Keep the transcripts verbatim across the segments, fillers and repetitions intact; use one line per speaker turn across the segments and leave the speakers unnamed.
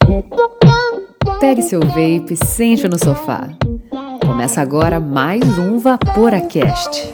Pegue seu vape, sente no sofá. Começa agora mais um VaporaCast.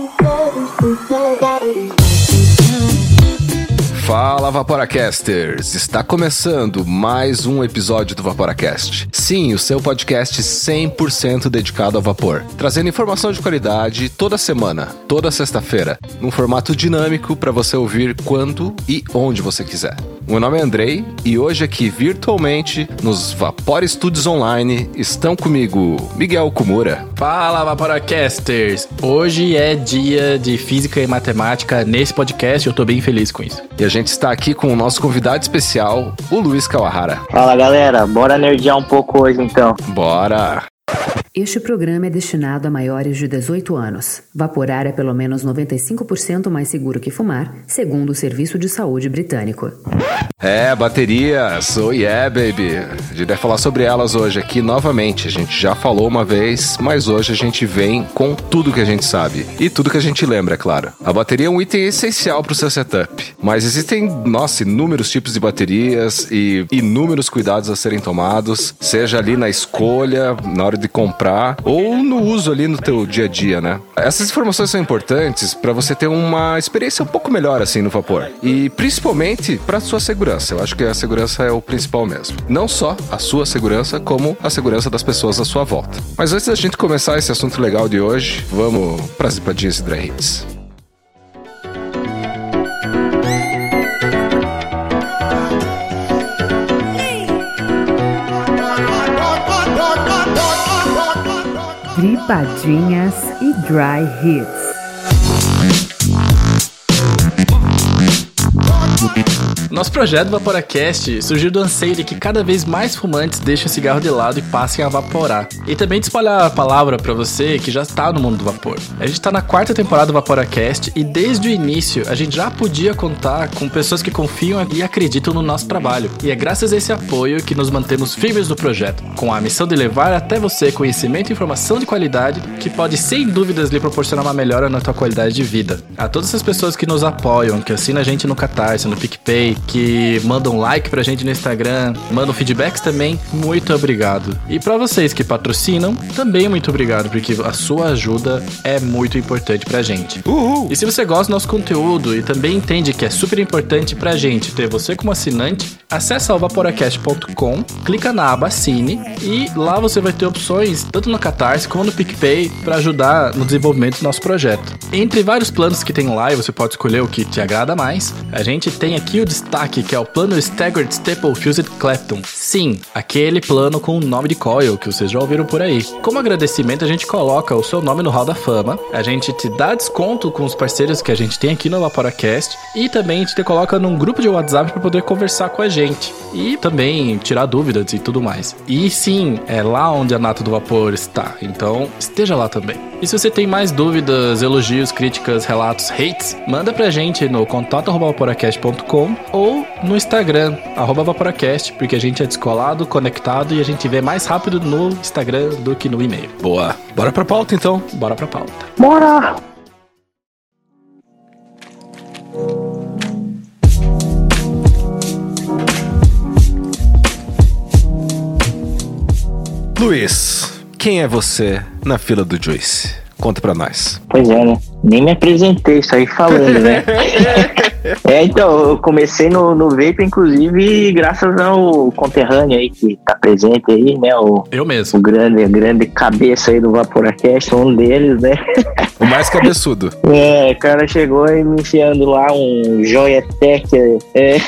Fala, VaporaCasters! Está começando mais um episódio do VaporaCast. Sim, o seu podcast cem por cento dedicado ao vapor. Trazendo informação de qualidade toda semana, toda sexta-feira, num formato dinâmico para você ouvir quando e onde você quiser. Meu nome é Andrei e hoje aqui virtualmente nos Vapor Studios Online estão comigo Miguel Kumura.
Fala, VaporaCasters! Hoje é dia de física e matemática nesse podcast e eu tô bem feliz com isso.
E a gente está aqui com o nosso convidado especial, o Luiz Kawahara.
Fala, galera, bora nerdear um pouco hoje então.
Bora!
Este programa é destinado a maiores de dezoito anos. Vaporar é pelo menos noventa e cinco por cento mais seguro que fumar, segundo o Serviço de Saúde Britânico.
É, baterias! Oh yeah, baby! A gente vai falar sobre elas hoje aqui novamente. A gente já falou uma vez, mas hoje a gente vem com tudo que a gente sabe. E tudo que a gente lembra, é claro. A bateria é um item essencial para o seu setup. Mas existem, nossa, inúmeros tipos de baterias e inúmeros cuidados a serem tomados, seja ali na escolha, na hora de comprar, ou no uso ali no teu dia a dia, né? Essas informações são importantes para você ter uma experiência um pouco melhor assim no vapor. E principalmente para sua segurança. Eu acho que a segurança é o principal mesmo. Não só a sua segurança, como a segurança das pessoas à sua volta. Mas antes da gente começar esse assunto legal de hoje, vamos para as ripadinhas e dry hits.
Dripadinhas e Dry Hits.
Nosso projeto VaporaCast surgiu do anseio de que cada vez mais fumantes deixem o cigarro de lado e passem a vaporar. E também de espalhar a palavra pra você que já está no mundo do vapor. A gente tá na quarta temporada do VaporaCast e desde o início a gente já podia contar com pessoas que confiam e acreditam no nosso trabalho. E é graças a esse apoio que nos mantemos firmes no projeto, com a missão de levar até você conhecimento e informação de qualidade que pode sem dúvidas lhe proporcionar uma melhora na tua qualidade de vida. A todas essas pessoas que nos apoiam, que assinam a gente no Catarse, no PicPay, que mandam like pra gente no Instagram, mandam feedbacks também, muito obrigado. E pra vocês que patrocinam, também muito obrigado, porque a sua ajuda é muito importante pra gente. Uhul. E se você gosta do nosso conteúdo e também entende que é super importante pra gente ter você como assinante, acessa o vaporacast ponto com, clica na aba Assine e lá você vai ter opções, tanto no Catarse como no PicPay, pra ajudar no desenvolvimento do nosso projeto. Entre vários planos que tem lá, e você pode escolher o que te agrada mais, a gente tem aqui o destaque, que é o plano Staggered Staple Fused Clapton. Sim, aquele plano com o nome de coil que vocês já ouviram por aí. Como agradecimento, a gente coloca o seu nome no Hall da Fama, a gente te dá desconto com os parceiros que a gente tem aqui no VaporaCast e também a gente te coloca num grupo de WhatsApp para poder conversar com a gente e também tirar dúvidas e tudo mais. E sim, é lá onde a Nata do Vapor está, então esteja lá também. E se você tem mais dúvidas, elogios, críticas, relatos, hates, manda pra gente no contato arroba vaporacast ponto com ou no Instagram, arroba VaporaCast, porque a gente é descolado, conectado e a gente vê mais rápido no Instagram do que no e-mail.
Boa! Bora pra pauta então?
Bora pra pauta.
Bora!
Luiz, quem é você na fila do Juice? Conta pra nós.
Pois é, né? Nem me apresentei, só aí falando, né? É, então, eu comecei no, no vape, inclusive, graças ao conterrâneo aí que tá presente aí, né? O,
eu mesmo.
O grande, grande cabeça aí do VaporaCast, um deles, né?
O mais cabeçudo.
É, o cara chegou e me enfiando lá um Joyetech. É.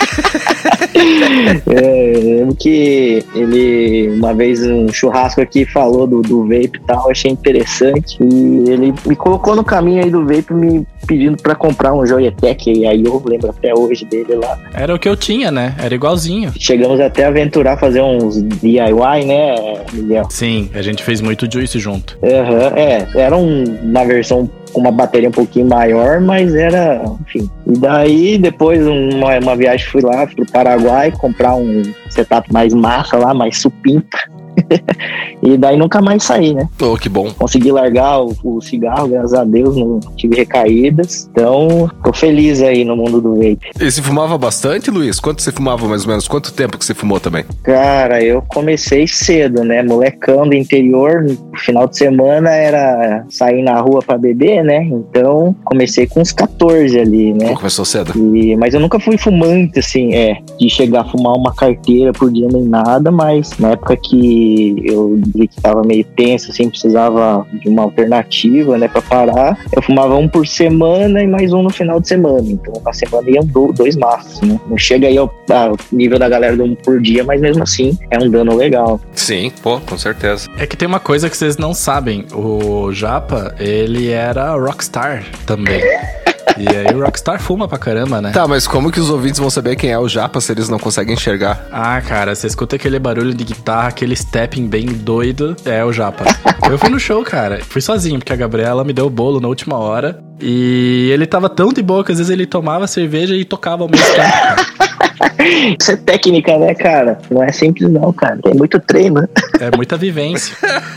É, lembro que ele, uma vez, um churrasco aqui, falou do, do vape e tal, achei interessante. E ele me colocou no caminho aí do vape, me pedindo pra comprar um Joyetech. E aí eu lembro até hoje dele lá.
Era o que eu tinha, né? Era igualzinho.
Chegamos até a aventurar fazer uns D I Y, né, Miguel?
Sim, a gente fez muito Juice junto.
Uhum, é, era um, uma versão com uma bateria um pouquinho maior, mas era, enfim. E daí, depois, uma, uma viagem, fui lá, fui pro Paraguai, comprar um setup mais massa lá, mais supimpa. E daí nunca mais saí, né?
Oh, que bom.
Consegui largar o, o cigarro, graças a Deus, não tive recaídas. Então, tô feliz aí no mundo do vape.
E você fumava bastante, Luiz? Quanto você fumava, mais ou menos? Quanto tempo que você fumou também?
Cara, eu comecei cedo, né? Molecão do interior, no final de semana era sair na rua pra beber, né? Então, comecei com uns catorze ali, né?
Começou cedo?
E, mas eu nunca fui fumante, assim, é, de chegar a fumar uma carteira por dia nem nada, mas na época que eu vi que tava meio tenso, assim, precisava de uma alternativa, né, pra parar, eu fumava um por semana e mais um no final de semana. Então, na semana iam do, dois maços, né? Não chega aí ao, ao nível da galera do um por dia, mas mesmo assim é um dano legal.
Sim, pô, com certeza.
É que tem uma coisa que vocês não sabem. O Japa, ele era rockstar também. E aí o Rockstar fuma pra caramba, né?
Tá, mas como que os ouvintes vão saber quem é o Japa se eles não conseguem enxergar?
Ah, cara, você escuta aquele barulho de guitarra, aquele stepping bem doido, é o Japa. Eu fui no show, cara. Fui sozinho, porque a Gabriela me deu o bolo na última hora. E ele tava tão de boa que às vezes ele tomava cerveja e tocava ao mesmo tempo, cara.
Isso é técnica, né, cara? Não é simples não, cara. Tem muito treino.
É muita vivência.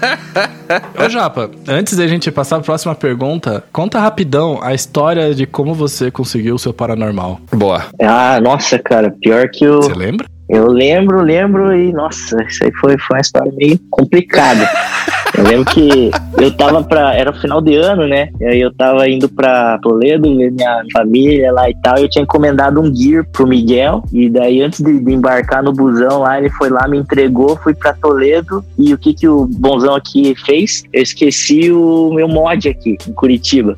Ô, Japa, antes da gente passar pra próxima pergunta, conta rapidão a história de como você conseguiu o seu paranormal.
Boa.
Ah, nossa, cara. Pior que o...
Você lembra?
Eu lembro, lembro e, nossa, isso aí foi, foi uma história meio complicada. Eu lembro que eu tava pra... Era final de ano, né? E aí eu tava indo pra Toledo ver minha família lá e tal. E eu tinha encomendado um gear pro Miguel. E daí, antes de, de embarcar no busão lá, ele foi lá, me entregou, fui pra Toledo. E o que que o bonzão aqui fez? Eu esqueci o meu mod aqui, em Curitiba.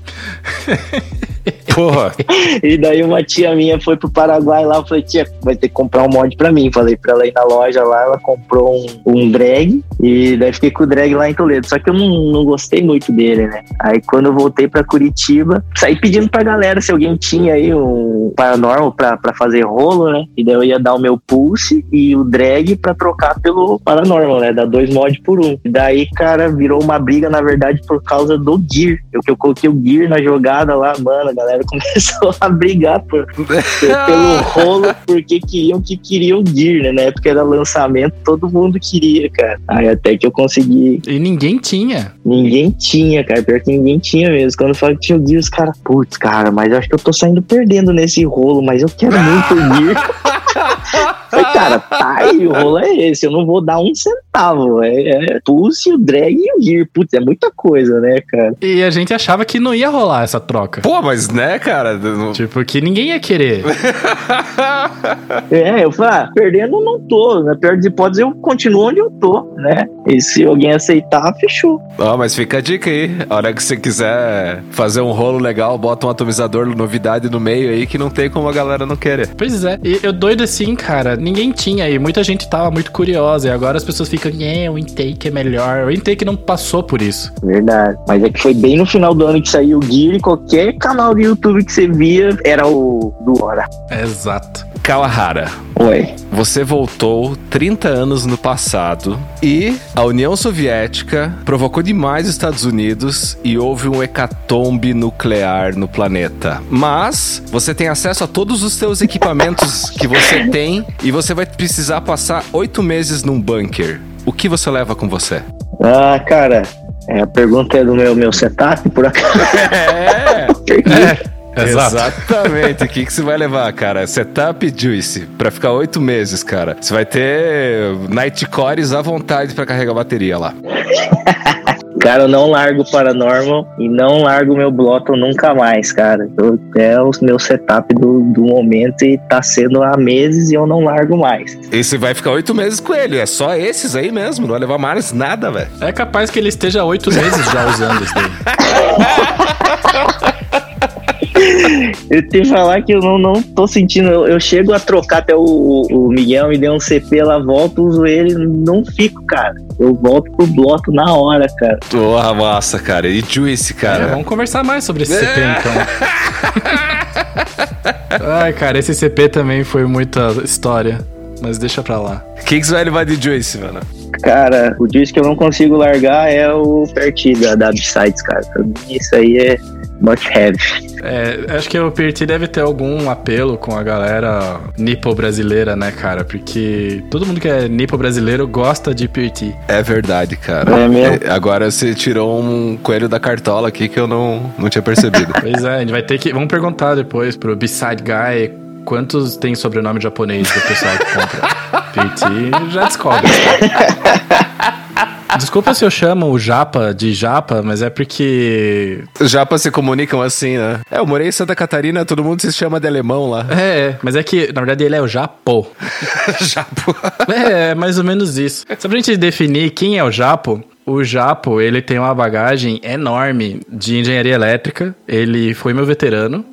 Porra.
E daí uma tia minha foi pro Paraguai lá, eu falei, tia, vai ter que comprar um mod pra mim. Falei pra ela ir na loja lá, ela comprou um, um drag, e daí fiquei com o drag lá em Toledo. Só que eu não, não gostei muito dele, né? Aí quando eu voltei pra Curitiba, saí pedindo pra galera se alguém tinha aí um Paranormal pra, pra fazer rolo, né? E daí eu ia dar o meu Pulse e o drag pra trocar pelo Paranormal, né? Dar dois mods por um. E daí, cara, virou uma briga, na verdade, por causa do gear. Eu que eu coloquei o gear na jogada lá, mano, a galera começou a brigar por, por, pelo rolo, porque queriam que queriam gear, né? Na época era lançamento, todo mundo queria, cara. Aí até que eu consegui.
E ninguém tinha.
Ninguém tinha, cara. Pior que ninguém tinha mesmo. Quando eu falei que tinha o gear, os caras, putz, cara, mas eu acho que eu tô saindo perdendo nesse rolo, mas eu quero muito o gear. Falei, cara, tá aí, o rolo é esse, eu não vou dar um centavo. É, é Pulse, o drag e o gear. Putz, é muita coisa, né, cara?
E a gente achava que não ia rolar essa troca.
Pô, mas né, cara? Não...
Tipo, que ninguém ia querer.
É, eu falei, ah, perdendo eu não tô. Na pior das hipóteses, eu continuo onde eu tô, né? E se alguém aceitar, fechou.
Ó, oh, mas fica a dica aí. A hora que você quiser fazer um rolo legal, bota um atomizador novidade no meio aí, que não tem como a galera não querer.
Pois é. E eu doido assim, cara, ninguém tinha e muita gente tava muito curiosa. E agora as pessoas ficam, é, o intake é melhor. O intake não passou por isso.
Verdade. Mas é que foi bem no final do ano que saiu o Gear e qualquer canal do YouTube que você via era o do Hora.
Exato.
Kawahara.
Oi.
Você voltou trinta anos no passado e a União Soviética provocou demais os Estados Unidos e houve um hecatombe nuclear no planeta. Mas você tem acesso a todos os seus equipamentos que você tem e você vai precisar passar oito meses num bunker. O que você leva com você?
Ah, cara, é, a pergunta é do meu, meu setup, por acaso.
É,
é. Exato.
Exatamente. O que, que você vai levar, cara? Setup Juice. Pra ficar oito meses, cara. Você vai ter night cores à vontade pra carregar a bateria lá.
Cara, eu não largo o Paranormal e não largo o meu Blotton nunca mais, cara. Eu, é o meu setup do, do momento e tá sendo há meses e eu não largo mais.
E você vai ficar oito meses com ele. É só esses aí mesmo. Não vai levar mais nada, velho.
É capaz que ele esteja oito meses já usando isso daí.
Eu tenho que falar que eu não, não tô sentindo. Eu, eu chego a trocar até o, o, o Miguel me deu um C P lá, volto, uso ele, não fico, cara. Eu volto pro bloco na hora, cara.
Porra, massa, cara. E Juice, cara.
É, vamos conversar mais sobre esse C P, então. Ai, cara, esse C P também foi muita história. Mas deixa pra lá.
O que, que você vai levar de Juice, mano?
Cara, o Juice que eu não consigo largar é o Perti da, da Upsides, cara. Pra mim, isso aí é But have.
É, acho que o P R T deve ter algum apelo com a galera nipo-brasileira, né, cara? Porque todo mundo que é nipo-brasileiro gosta de P R T.
É verdade, cara.
É mesmo?
É, agora você tirou um coelho da cartola aqui que eu não, não tinha percebido.
Pois é, a gente vai ter que... Vamos perguntar depois pro B-Side Guy quantos tem sobrenome japonês do pessoal que compra P R T. Já descobre. Desculpa se eu chamo o Japa de Japa, mas é porque...
Os Japas se comunicam assim, né? É, eu morei em Santa Catarina, todo mundo se chama de alemão lá.
É, mas é que, na verdade, ele é o Japo.
Japo.
É, é mais ou menos isso. Só pra gente definir quem é o Japo... O Japo, ele tem uma bagagem enorme de engenharia elétrica. Ele foi meu veterano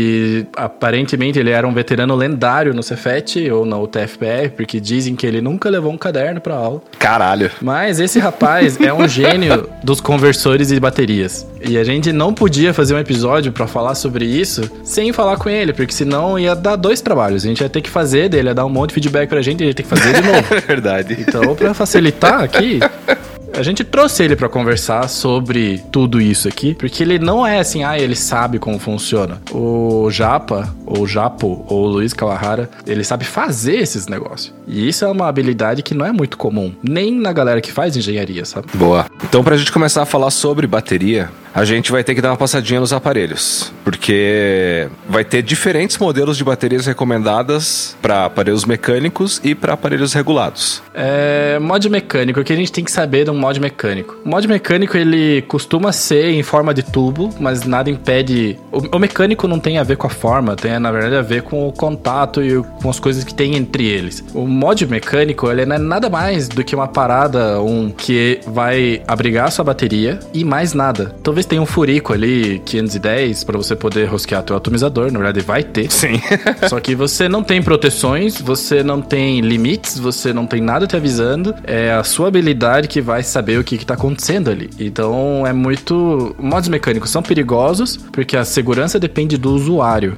e aparentemente ele era um veterano lendário no Cefet ou na U T F P R, porque dizem que ele nunca levou um caderno pra aula.
Caralho.
Mas esse rapaz é um gênio dos conversores e baterias. E a gente não podia fazer um episódio pra falar sobre isso sem falar com ele, porque senão ia dar dois trabalhos. A gente ia ter que fazer dele, ia dar um monte de feedback pra gente e ia ter que fazer de novo.
É verdade.
Então, pra facilitar aqui... A gente trouxe ele pra conversar sobre tudo isso aqui, porque ele não é assim, ah, ele sabe como funciona. O Japa, ou Japo, ou o Luiz Kawahara, ele sabe fazer esses negócios. E isso é uma habilidade que não é muito comum, nem na galera que faz engenharia, sabe?
Boa. Então, pra gente começar a falar sobre bateria, a gente vai ter que dar uma passadinha nos aparelhos, porque vai ter diferentes modelos de baterias recomendadas para aparelhos mecânicos e para aparelhos regulados.
É, mod mecânico, o que a gente tem que saber de um mod mecânico? O mod mecânico, ele costuma ser em forma de tubo, mas nada impede... O, o mecânico não tem a ver com a forma, tem na verdade a ver com o contato e com as coisas que tem entre eles. O mod mecânico, ele não é nada mais do que uma parada um, que vai abrigar a sua bateria e mais nada. Talvez tenha um furico ali, quinhentos e dez, para você poder rosquear teu atomizador, na verdade vai ter.
Sim.
Só que você não tem proteções, você não tem limites, você não tem nada te avisando, é a sua habilidade que vai saber o que, que tá acontecendo ali. Então é muito... Mods mecânicos são perigosos, porque a segurança depende do usuário.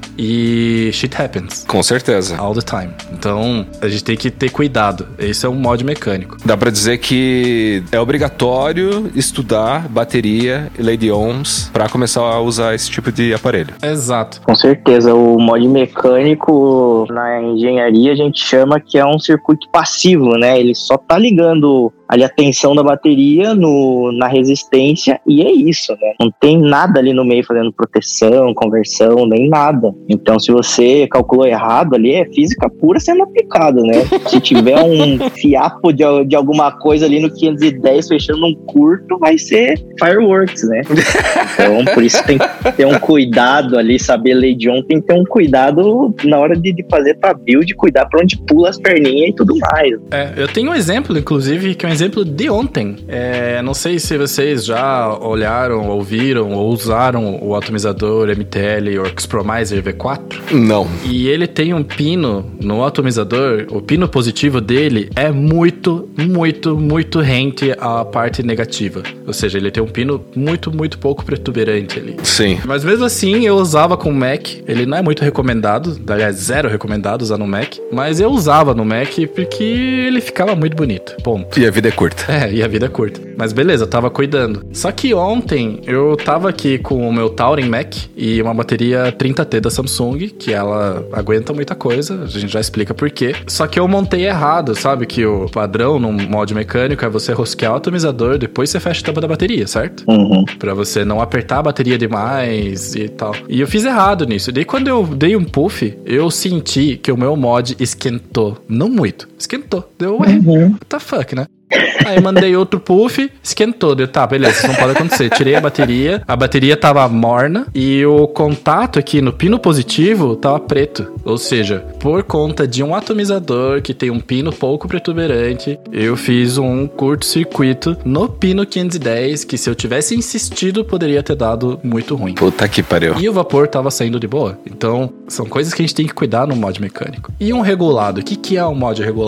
E shit happens.
Com certeza.
All the time. Então a gente tem que ter cuidado. Esse é um mod mecânico.
Dá pra dizer que é obrigatório estudar bateria e lei de ohms pra começar a usar esse tipo de aparelho.
Exato.
Com certeza, o mod mecânico na engenharia a gente chama que é um circuito passivo, né? Ele só tá ligando ali a tensão da bateria no, na resistência e é isso, né? Não tem nada ali no meio fazendo proteção, conversão, nem nada. Então, se você calculou errado ali, é física pura sendo aplicada, né? Se tiver um fiapo de, de alguma coisa ali no quinhentos e dez fechando um curto, vai ser fireworks, né? Então, por isso tem que ter um cuidado ali, saber lei de Ohm, tem que ter um cuidado na hora de, de fazer tua build, cuidar pra onde pula as perninhas e tudo mais.
É, eu tenho um exemplo, inclusive, que é um exemplo de ontem. É, não sei se vocês já olharam, ouviram ou usaram o atomizador M T L Works Promiser V quatro.
Não.
E ele tem um pino no atomizador, o pino positivo dele é muito, muito, muito rente à parte negativa. Ou seja, ele tem um pino muito, muito pouco protuberante ali.
Sim.
Mas mesmo assim, eu usava com o Mac. Ele não é muito recomendado, aliás, zero recomendado usar no Mac. Mas eu usava no Mac porque ele ficava muito bonito. Ponto.
E a vida é curta.
É, e a vida é curta. Mas beleza, eu tava cuidando. Só que ontem eu tava aqui com o meu Tauren Mac e uma bateria trinta T da Samsung, que ela aguenta muita coisa, a gente já explica por quê. Só que eu montei errado, sabe? Que o padrão no mod mecânico é você rosquear o atomizador, depois você fecha a tampa da bateria, certo?
Uhum.
Pra você não apertar a bateria demais e tal. E eu fiz errado nisso. Daí quando eu dei um puff, eu senti que o meu mod esquentou. Não muito, esquentou. Deu, ué,
Uhum.
what the fuck, né? Aí mandei outro puff, esquentou. Deu, tá, beleza, isso não pode acontecer. Tirei a bateria, a bateria tava morna e o contato aqui no pino positivo tava preto. Ou seja, por conta de um atomizador que tem um pino pouco protuberante, eu fiz um curto-circuito no pino quinhentos e dez, que se eu tivesse insistido, poderia ter dado muito ruim.
Puta que pariu.
E o vapor tava saindo de boa. Então, são coisas que a gente tem que cuidar no mod mecânico. E um regulado, o que, que é um mod regulado?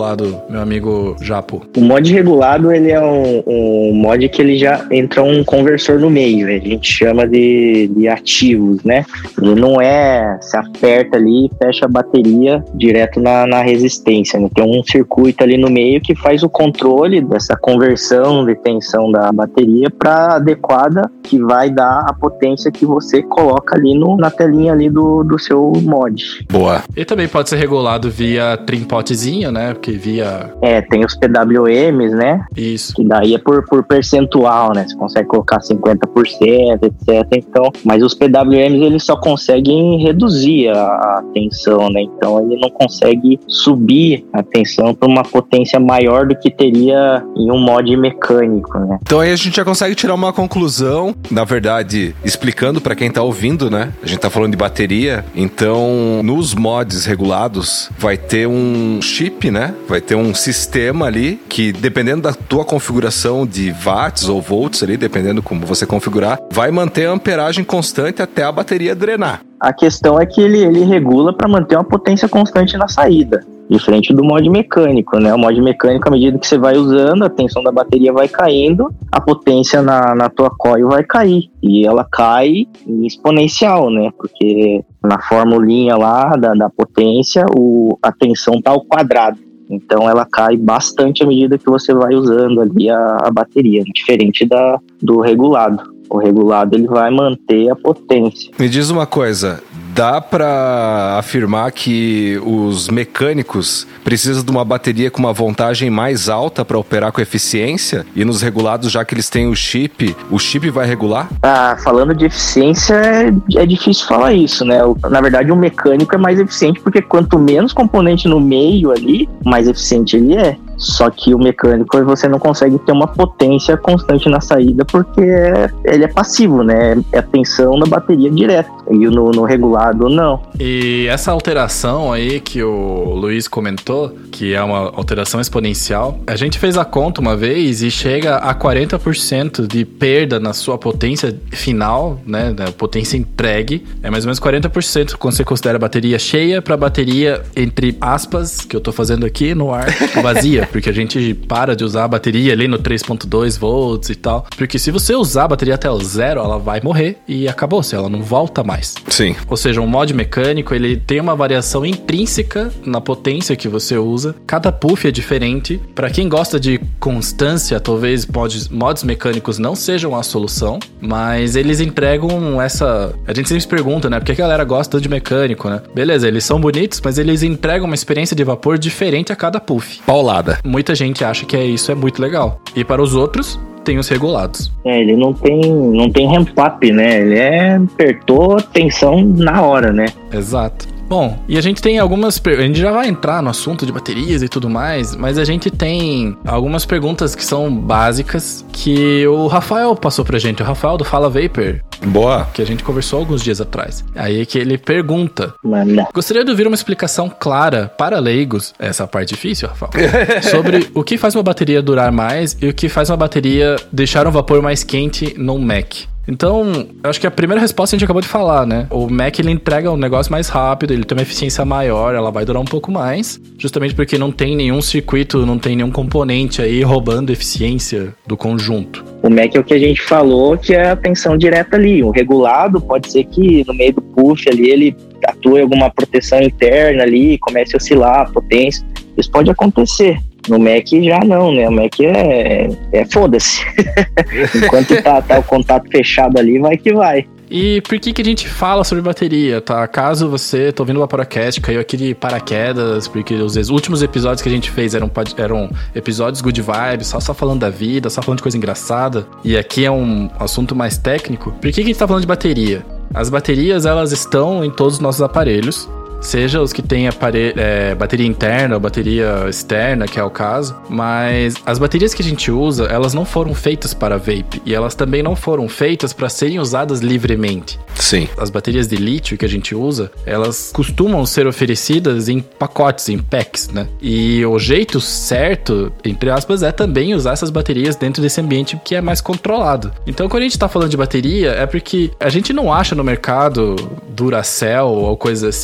regulado, meu amigo Japo?
O mod regulado, ele é um, um mod que ele já entra um conversor no meio, a gente chama de, de ativos, né? Ele não é, se aperta ali e fecha a bateria direto na, na resistência, né? Tem um circuito ali no meio que faz o controle dessa conversão de tensão da bateria para adequada, que vai dar a potência que você coloca ali no, na telinha ali do, do seu mod.
Boa.
E também pode ser regulado via trimpotezinho, né? Porque via...
É, tem os P W Ms, né?
Isso.
Que daí é por, por percentual, né? Você consegue colocar cinquenta por cento, etcétera. Então, mas os P W Ms, eles só conseguem reduzir a, a tensão, né? Então, ele não consegue subir a tensão para uma potência maior do que teria em um mod mecânico, né?
Então aí a gente já consegue tirar uma conclusão, na verdade, explicando para quem tá ouvindo, né? A gente tá falando de bateria, então nos mods regulados vai ter um chip, né? Vai ter um sistema ali que, dependendo da tua configuração de watts ou volts ali, dependendo como você configurar, vai manter a amperagem constante até a bateria drenar.
A questão é que ele, ele regula para manter uma potência constante na saída, diferente do mod mecânico, né? O mod mecânico, à medida que você vai usando, a tensão da bateria vai caindo, a potência na, na tua coil vai cair. E ela cai em exponencial, né? Porque na formulinha lá da, da potência, o, a tensão tá ao quadrado. Então ela cai bastante à medida que você vai usando ali a, a bateria, diferente da, do regulado. O regulado, ele vai manter a potência.
Me diz uma coisa, dá pra afirmar que os mecânicos precisam de uma bateria com uma voltagem mais alta para operar com eficiência? E nos regulados, já que eles têm o chip, o chip vai regular?
Ah, falando de eficiência, é, é difícil falar isso, né? O, na verdade, o mecânico é mais eficiente, porque quanto menos componente no meio ali, mais eficiente ele é. Só que o mecânico, você não consegue ter uma potência constante na saída, porque ele é passivo, né? É a tensão da bateria direto. E no, no regulado, não.
E essa alteração aí que o Luiz comentou, que é uma alteração exponencial, a gente fez a conta uma vez e chega a quarenta por cento de perda na sua potência final, né? Da potência entregue. É mais ou menos quarenta por cento quando você considera a bateria cheia para bateria, entre aspas, que eu tô fazendo aqui no ar, vazia. Porque a gente para de usar a bateria ali no três ponto dois volts e tal. Porque se você usar a bateria até o zero, ela vai morrer e acabou-se, ela não volta mais.
Sim.
Ou seja, um mod mecânico, ele tem uma variação intrínseca na potência que você usa. Cada puff é diferente. Para quem gosta de constância, talvez mods, mods mecânicos não sejam a solução, mas eles entregam essa... A gente sempre se pergunta, né? Por que a galera gosta de mecânico, né? Beleza, eles são bonitos, mas eles entregam uma experiência de vapor diferente a cada puff.
Paulada.
Muita gente acha que é isso é muito legal. E para os outros, tem os regulados.
É, ele não tem, não tem ramp up, né? Ele é apertou tensão na hora, né?
Exato. Bom, e a gente tem algumas... Per... A gente já vai entrar no assunto de baterias e tudo mais, mas a gente tem algumas perguntas que são básicas que o Rafael passou pra gente. O Rafael do Fala Vapor.
Boa.
Que a gente conversou alguns dias atrás. Aí que ele pergunta...
Manda.
Gostaria de ouvir uma explicação clara para leigos, essa parte difícil, Rafael, sobre o que faz uma bateria durar mais e o que faz uma bateria deixar um vapor mais quente no Mac. Então, eu acho que a primeira resposta a gente acabou de falar, né? O Mac, ele entrega um negócio mais rápido, ele tem uma eficiência maior, ela vai durar um pouco mais, justamente porque não tem nenhum circuito, não tem nenhum componente aí roubando eficiência do conjunto.
O Mac é o que a gente falou, que é a tensão direta ali. O regulado pode ser que no meio do puff ali, ele atue alguma proteção interna ali, comece a oscilar a potência. Isso pode acontecer. No Mac já não, né? O Mac é, é foda-se. Enquanto tá, tá o contato fechado ali, vai que vai.
E por que que a gente fala sobre bateria, tá? Caso você tá ouvindo o Vaporacast, caiu aqui de paraquedas, porque os últimos episódios que a gente fez eram, eram episódios good vibes, só, só falando da vida, só falando de coisa engraçada, e aqui é um assunto mais técnico. Por que que a gente tá falando de bateria? As baterias, elas estão em todos os nossos aparelhos, seja os que têm apare- é, bateria interna ou bateria externa, que é o caso, mas as baterias que a gente usa, elas não foram feitas para vape, e elas também não foram feitas para serem usadas livremente.
Sim.
As baterias de lítio que a gente usa, elas costumam ser oferecidas em pacotes, em packs, né? E o jeito certo, entre aspas, é também usar essas baterias dentro desse ambiente que é mais controlado. Então, quando a gente tá falando de bateria, é porque a gente não acha no mercado Duracell ou coisa assim que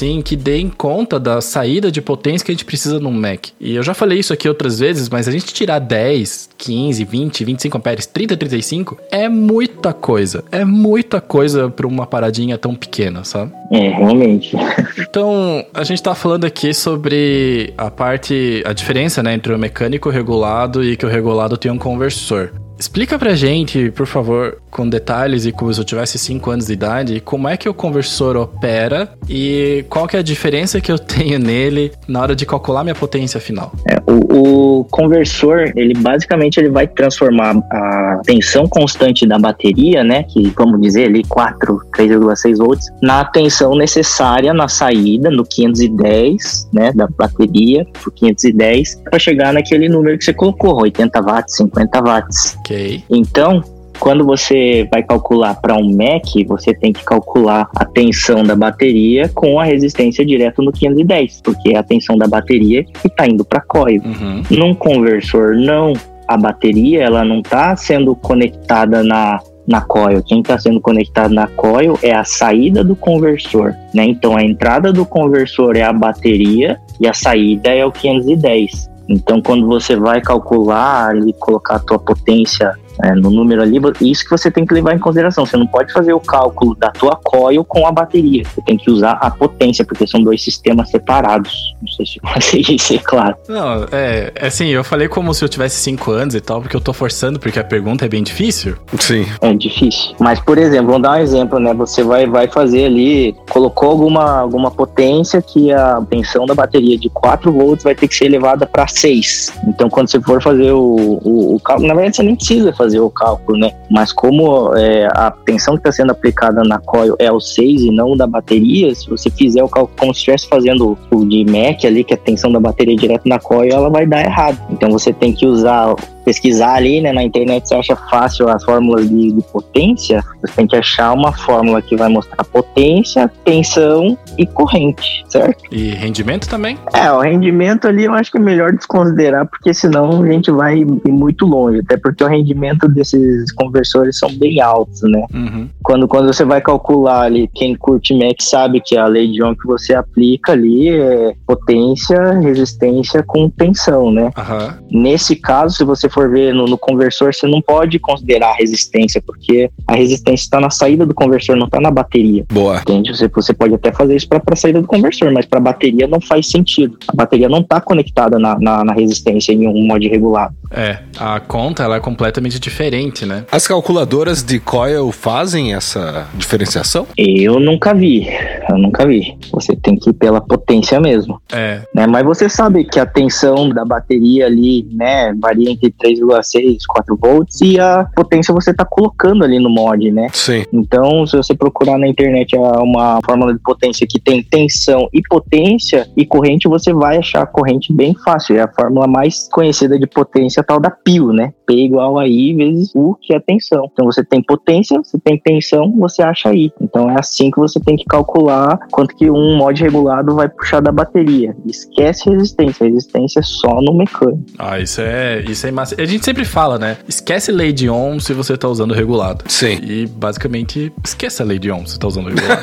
dê conta da saída de potência que a gente precisa num Mac. E eu já falei isso aqui outras vezes, mas a gente tirar dez, quinze, vinte, vinte e cinco amperes, trinta, trinta e cinco é muita coisa. É muita coisa para uma paradinha tão pequena, sabe?
É, realmente.
Então, a gente tá falando aqui sobre a parte, a diferença, né, entre o mecânico regulado e que o regulado tem um conversor. Explica pra gente, por favor, com detalhes e como se eu tivesse cinco anos de idade, como é que o conversor opera e qual que é a diferença que eu tenho nele na hora de calcular minha potência final.
É, o, o conversor, ele basicamente ele vai transformar a tensão constante da bateria, né, que vamos dizer ali quatro, três vírgula seis volts, na tensão necessária na saída, no quinhentos e dez, né, da bateria, por quinhentos e dez, para chegar naquele número que você colocou, oitenta watts, cinquenta watts.
Ok.
Então, quando você vai calcular para um Mac, você tem que calcular a tensão da bateria com a resistência direto no quinhentos e dez, porque é a tensão da bateria que está indo para a coil.
Uhum.
Num conversor, não. A bateria ela não está sendo conectada na, na coil. Quem está sendo conectado na coil é a saída do conversor, né? Então, a entrada do conversor é a bateria e a saída é o quinhentos e dez. Então, quando você vai calcular e colocar a tua potência é, no número ali, isso que você tem que levar em consideração. Você não pode fazer o cálculo da tua coil com a bateria. Você tem que usar a potência, porque são dois sistemas separados. Não sei se eu consegui ser claro.
Não, é, assim, eu falei como se eu tivesse cinco anos e tal, porque eu tô forçando, porque a pergunta é bem difícil.
Sim.
É difícil. Mas, por exemplo, vamos dar um exemplo, né? Você vai, vai fazer ali, colocou alguma, alguma potência que a tensão da bateria de quatro volts vai ter que ser elevada para seis. Então, quando você for fazer o, o, o cálculo, na verdade, você nem precisa fazer o cálculo, né? Mas como é, a tensão que está sendo aplicada na coil é o seis e não o da bateria, se você fizer o cálculo como se estivesse fazendo o de Mac ali, que a tensão da bateria direto na coil, ela vai dar errado. Então você tem que usar, pesquisar ali, né? Na internet você acha fácil as fórmulas de, de potência, você tem que achar uma fórmula que vai mostrar potência, tensão e corrente, certo?
E rendimento também?
É, o rendimento ali eu acho que é melhor desconsiderar, porque senão a gente vai ir muito longe, até porque o rendimento desses conversores são bem altos, né?
Uhum.
Quando, quando você vai calcular ali, quem curte Mac sabe que a lei de Ohm que você aplica ali é potência, resistência com tensão, né?
Uhum.
Nesse caso, se você for ver no, no conversor, você não pode considerar a resistência, porque a resistência está na saída do conversor, não está na bateria.
Boa.
Entende? Você, você pode até fazer isso para a saída do conversor, mas para a bateria não faz sentido. A bateria não está conectada na, na, na resistência em um modo regulado.
É, a conta ela é completamente diferente, né?
As calculadoras de coil fazem essa diferenciação?
Eu nunca vi, eu nunca vi. Você tem que ir pela potência mesmo.
É.
Né? Mas você sabe que a tensão da bateria ali, né, varia entre três vírgula seis, quatro volts e a potência você está colocando ali no mod, né?
Sim.
Então, se você procurar na internet uma fórmula de potência que tem tensão e potência e corrente, você vai achar a corrente bem fácil. É a fórmula mais conhecida de potência, tal da P I O, né? P igual a I vezes U, que é a tensão. Então, você tem potência, você tem tensão, você acha I. Então, é assim que você tem que calcular quanto que um mod regulado vai puxar da bateria. Esquece resistência. Resistência é só no mecânico.
Ah, isso é, isso é massa. A gente sempre fala, né? Esquece lei de Ohm se você tá usando regulado.
Sim.
E, basicamente, esquece a lei de Ohm se você tá usando regulado.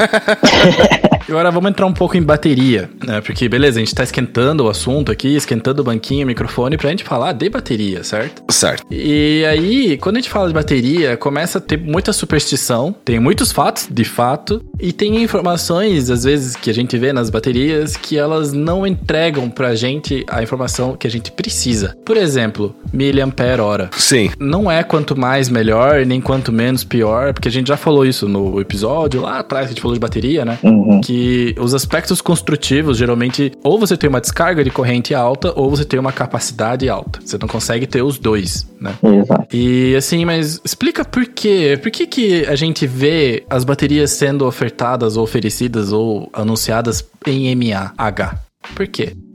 Agora vamos entrar um pouco em bateria, né? Porque, beleza, a gente tá esquentando o assunto aqui, esquentando o banquinho, o microfone, pra gente falar de bateria, certo?
Certo.
E aí, quando a gente fala de bateria, começa a ter muita superstição, tem muitos fatos, de fato, e tem informações, às vezes, que a gente vê nas baterias, que elas não entregam pra gente a informação que a gente precisa. Por exemplo, miliampere hora.
Sim.
Não é quanto mais melhor, nem quanto menos pior, porque a gente já falou isso no episódio lá atrás, que a gente falou de bateria, né?
Uhum.
Que os aspectos construtivos, geralmente, ou você tem uma descarga de corrente alta, ou você tem uma capacidade alta. Você não consegue ter os dois, né?
Exato.
E assim, mas explica por quê? Por que que a gente vê as baterias sendo ofertadas ou oferecidas ou anunciadas em M A H? Por quê?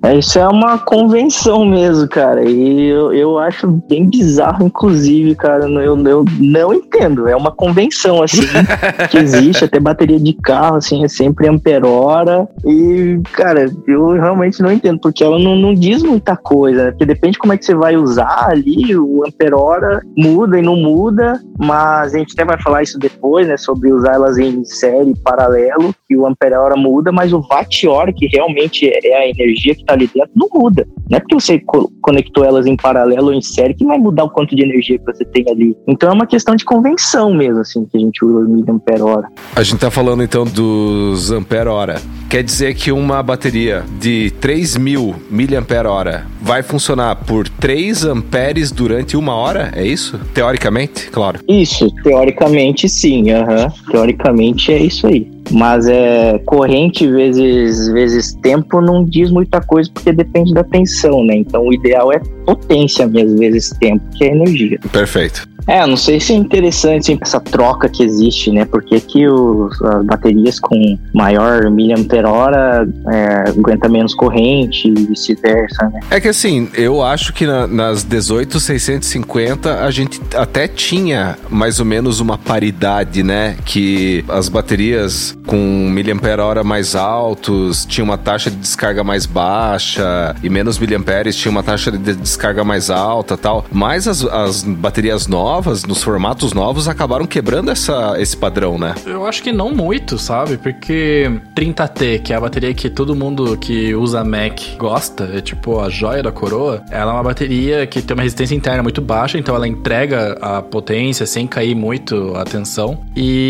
É, isso é uma convenção mesmo, cara, e eu, eu acho bem bizarro, inclusive, cara, eu, eu não entendo, é uma convenção, assim, que existe, até bateria de carro, assim, é sempre ampere-hora, e, cara, eu realmente não entendo, porque ela não, não diz muita coisa, né? Porque depende de como é que você vai usar ali, o ampere-hora muda e não muda, mas a gente até vai falar isso depois, né, sobre usar elas em série, paralelo, e o ampere-hora muda, mas o watt-hora, que realmente é a energia que tá ali dentro, não muda. Não é porque você co- conectou elas em paralelo ou em série que vai mudar o quanto de energia que você tem ali. Então é uma questão de convenção mesmo, assim, que a gente usa o miliampere-hora.
A gente tá falando então dos ampere-hora. Quer dizer que uma bateria de três mil miliampere-hora vai funcionar por três amperes durante uma hora? É isso? Teoricamente, claro.
Isso, teoricamente sim, uhum. Teoricamente é isso aí. Mas é corrente vezes, vezes tempo não diz muita coisa, porque depende da tensão, né? Então o ideal é potência mesmo, vezes tempo, que é energia.
Perfeito.
É, não sei se é interessante essa troca que existe, né? Porque que os, as baterias com maior miliampere-hora é, aguenta menos corrente e vice-versa, né?
É que assim, eu acho que na, nas dezoito seiscentos e cinquenta a gente até tinha mais ou menos uma paridade, né? Que as baterias com miliampere-hora mais altos tinham uma taxa de descarga mais baixa e menos miliamperes tinha uma taxa de descarga mais alta, tal. Mas as, as baterias novas novas, nos formatos novos, acabaram quebrando essa, esse padrão, né?
Eu acho que não muito, sabe? Porque trinta T, que é a bateria que todo mundo que usa Mac gosta, é tipo a joia da coroa, ela é uma bateria que tem uma resistência interna muito baixa, então ela entrega a potência sem cair muito a tensão,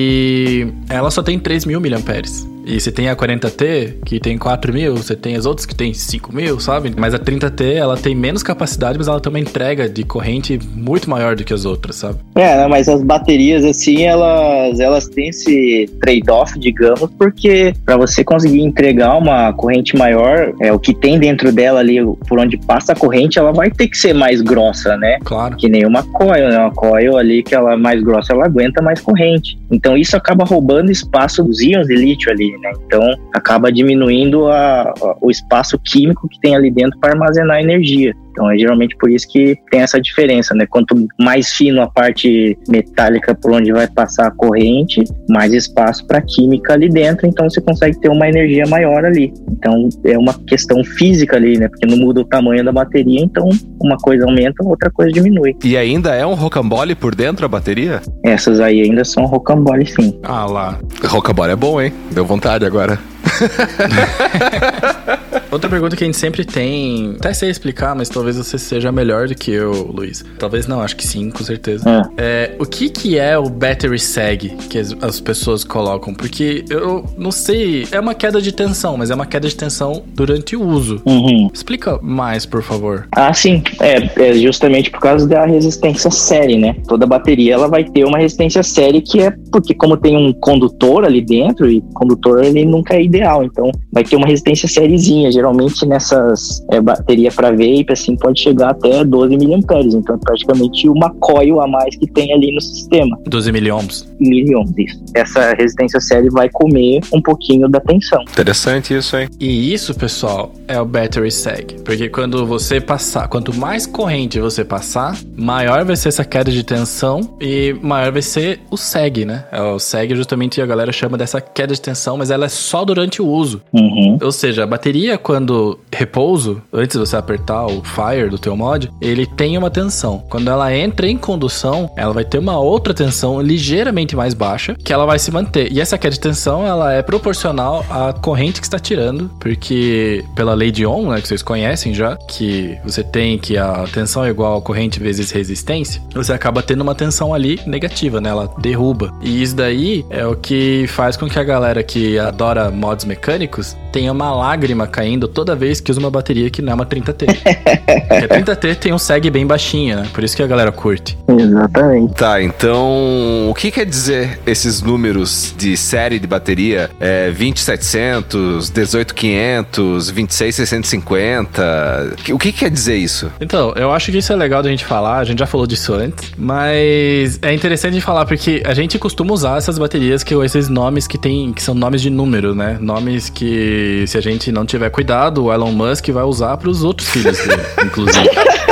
e ela só tem três mil miliamperes. E você tem a quarenta T, que tem quatro mil, você tem as outras que tem cinco mil, sabe? Mas a trinta T, ela tem menos capacidade, mas ela tem uma entrega de corrente muito maior do que as outras, sabe?
É, mas as baterias, assim, elas, elas têm esse trade-off, digamos, porque para você conseguir entregar uma corrente maior, é, o que tem dentro dela ali, por onde passa a corrente, ela vai ter que ser mais grossa, né?
Claro.
Que nem uma coil, né? Uma coil ali, que ela é mais grossa, ela aguenta mais corrente. Então isso acaba roubando espaço dos íons de lítio ali, né? Então acaba diminuindo a, a, o espaço químico que tem ali dentro para armazenar energia. Então é geralmente por isso que tem essa diferença, né? Quanto mais fino a parte metálica por onde vai passar a corrente, mais espaço para química ali dentro, então você consegue ter uma energia maior ali. Então é uma questão física ali, né? Porque não muda o tamanho da bateria, então uma coisa aumenta, outra coisa diminui.
E ainda é um rocambole por dentro a bateria?
Essas aí ainda são rocambole, sim.
Ah lá.
Rocambole é bom, hein? Deu vontade agora.
Outra pergunta que a gente sempre tem, até sei explicar, mas talvez você seja melhor do que eu, Luiz. Talvez não, acho que sim, com certeza. É. É, o que que é o battery sag que as, as pessoas colocam? Porque eu não sei, é uma queda de tensão, mas é uma queda de tensão durante o uso.
Uhum.
Explica mais, por favor.
Ah, sim. É, é justamente por causa da resistência série, né? Toda bateria, ela vai ter uma resistência série, que é porque como tem um condutor ali dentro, e condutor ele nunca é ideal, então vai ter uma resistência sériezinha. Geralmente nessas é, bateria para vape, assim, pode chegar até doze miliamperes, então é praticamente uma coil a mais que tem ali no sistema.
doze miliohms.
Miliohms, isso. Essa resistência série vai comer um pouquinho da tensão.
Interessante isso, hein?
E isso, pessoal, é o battery sag. Porque quando você passar, quanto mais corrente você passar, maior vai ser essa queda de tensão e maior vai ser o sag, né? O sag justamente a galera chama dessa queda de tensão, mas ela é só durante o uso.
Uhum.
Ou seja, a bateria, quando repouso, antes de você apertar o fire do teu mod, ele tem uma tensão. Quando ela entra em condução, ela vai ter uma outra tensão ligeiramente mais baixa, que ela vai se manter. E essa queda de tensão, ela é proporcional à corrente que está tirando, porque pela lei de Ohm, né, que vocês conhecem já, que você tem que a tensão é igual a corrente vezes resistência, você acaba tendo uma tensão ali negativa, né? Ela derruba. E isso daí é o que faz com que a galera que adora mods mecânicos tenha uma lágrima caindo toda vez que usa uma bateria que não é uma trinta T. Porque a trinta T tem um sag bem baixinho, né? Por isso que a galera curte.
Exatamente.
Tá, então o que quer dizer esses números de série de bateria? É vinte e setecentos, dezoito quinhentos, vinte e seis seiscentos e cinquenta? O que quer dizer isso?
Então, eu acho que isso é legal da gente falar, a gente já falou disso antes, mas é interessante de falar porque a gente costuma usar essas baterias, que esses nomes que tem, que são nomes de número, né? Nomes que se a gente não tiver cuidado cuidado o Elon Musk vai usar pros outros filhos dele, inclusive.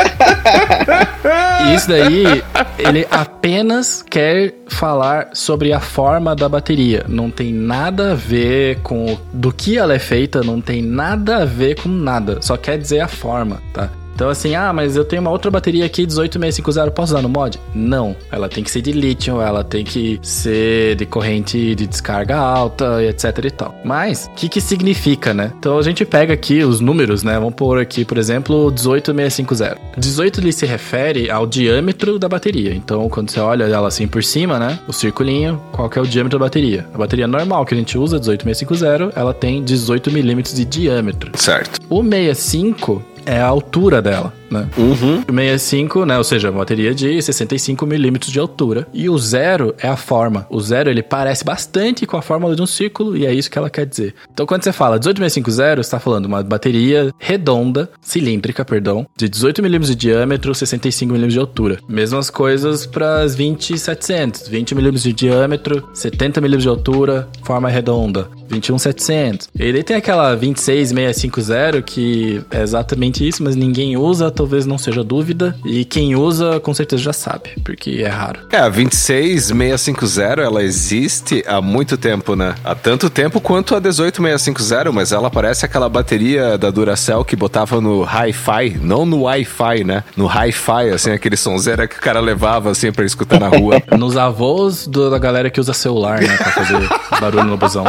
E isso daí, ele apenas quer falar sobre a forma da bateria. Não tem nada a ver com do que ela é feita, não tem nada a ver com nada. Só quer dizer a forma, tá? Então assim, ah, mas eu tenho uma outra bateria aqui, dezoito seiscentos e cinquenta, posso usar no mod? Não, ela tem que ser de lítio, ela tem que ser de corrente de descarga alta, etc e tal. Mas, o que que significa, né? Então a gente pega aqui os números, né? Vamos pôr aqui, por exemplo, dezoito seiscentos e cinquenta. dezoito ele se refere ao diâmetro da bateria. Então, quando você olha ela assim por cima, né? O circulinho, qual que é o diâmetro da bateria? A bateria normal que a gente usa, dezoito seiscentos e cinquenta, ela tem dezoito milímetros de diâmetro.
Certo.
O sessenta e cinco é a altura dela, né?
Uhum.
O sessenta e cinco, né? Ou seja, uma bateria de sessenta e cinco milímetros de altura. E o zero é a forma. O zero, ele parece bastante com a fórmula de um círculo e é isso que ela quer dizer. Então, quando você fala dezoito seiscentos e cinquenta, você está falando uma bateria redonda, cilíndrica, perdão, de dezoito milímetros de diâmetro, sessenta e cinco milímetros de altura. Mesmas coisas para as vinte e setecentos. vinte milímetros de diâmetro, setenta milímetros de altura, forma redonda. vinte e um setecentos. E daí tem aquela vinte e seis seiscentos e cinquenta, que é exatamente isso, mas ninguém usa, talvez não seja dúvida. E quem usa, com certeza já sabe, porque é raro.
É, a vinte e seis seiscentos e cinquenta, ela existe há muito tempo, né? Há tanto tempo quanto a dezoito seiscentos e cinquenta, mas ela parece aquela bateria da Duracell que botava no Hi-Fi, não no Wi-Fi, né? No Hi-Fi, assim, aquele sonzeira que o cara levava, assim, pra escutar na rua.
Nos avós do, da galera que usa celular, né? Pra fazer barulho no busão.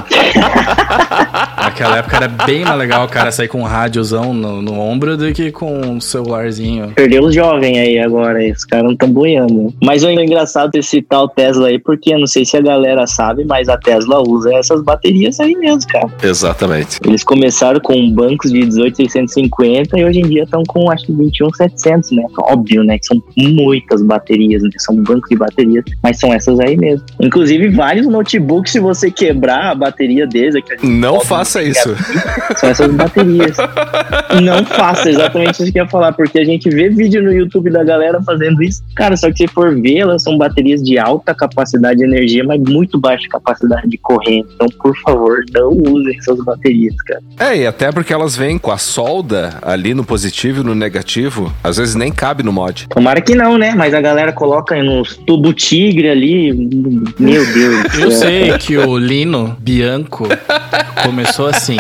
Naquela época era bem mais legal o cara sair com um rádiozão no, no ombro do que com um celularzinho.
Perdeu os jovens aí agora, os caras não estão boiando. Mas é engraçado ter citar o Tesla aí, porque eu não sei se a galera sabe, mas a Tesla usa essas baterias aí mesmo, cara.
Exatamente.
Eles começaram com bancos de dezoito seiscentos e cinquenta e hoje em dia estão com, acho que vinte e um setecentos, né? Óbvio, né? Que são muitas baterias, né? São bancos de baterias, mas são essas aí mesmo. Inclusive, vários notebooks, se você quebrar a bateria deles... É que
não faça isso.
Aqui, são essas baterias. Não faça, exatamente isso que eu ia falar, porque a gente vê vídeo no YouTube da galera fazendo isso. Cara, só que se for ver, elas são baterias de alta capacidade de energia, mas muito baixa capacidade de corrente. Então, por favor, não usem essas baterias, cara.
É, e até porque elas vêm com a solda ali no positivo e no negativo, às vezes nem cabe no mod.
Tomara que não, né? Mas a galera coloca nos tubo tigre ali. Meu Deus.
Eu sei que o Lino Bianco começou assim.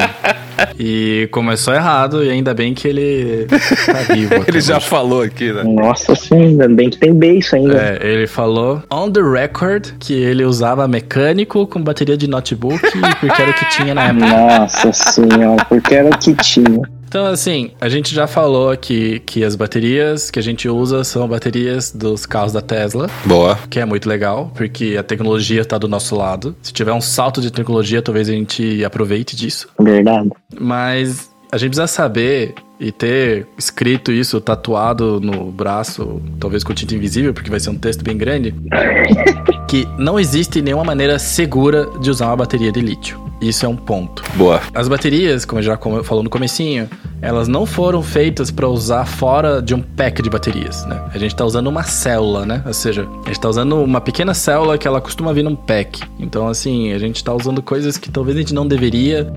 E começou errado, e ainda bem que ele tá vivo.
Ele já falou aqui, né?
Nossa senhora, ainda bem que tem beiço ainda.
É, ele falou on the record que ele usava mecânico com bateria de notebook porque era o que tinha na época.
Nossa senhora, porque era o que tinha.
Então, assim, a gente já falou aqui que as baterias que a gente usa são baterias dos carros da Tesla.
Boa.
Que é muito legal, porque a tecnologia tá do nosso lado. Se tiver um salto de tecnologia, talvez a gente aproveite disso.
Verdade.
Mas a gente precisa saber e ter escrito isso, tatuado no braço, talvez com tinta invisível, porque vai ser um texto bem grande, que não existe nenhuma maneira segura de usar uma bateria de lítio. Isso é um ponto.
Boa.
As baterias, como eu já falou no comecinho, elas não foram feitas para usar fora de um pack de baterias, né? A gente tá usando uma célula, né? Ou seja, a gente tá usando uma pequena célula que ela costuma vir num pack. Então, assim, a gente tá usando coisas que talvez a gente não deveria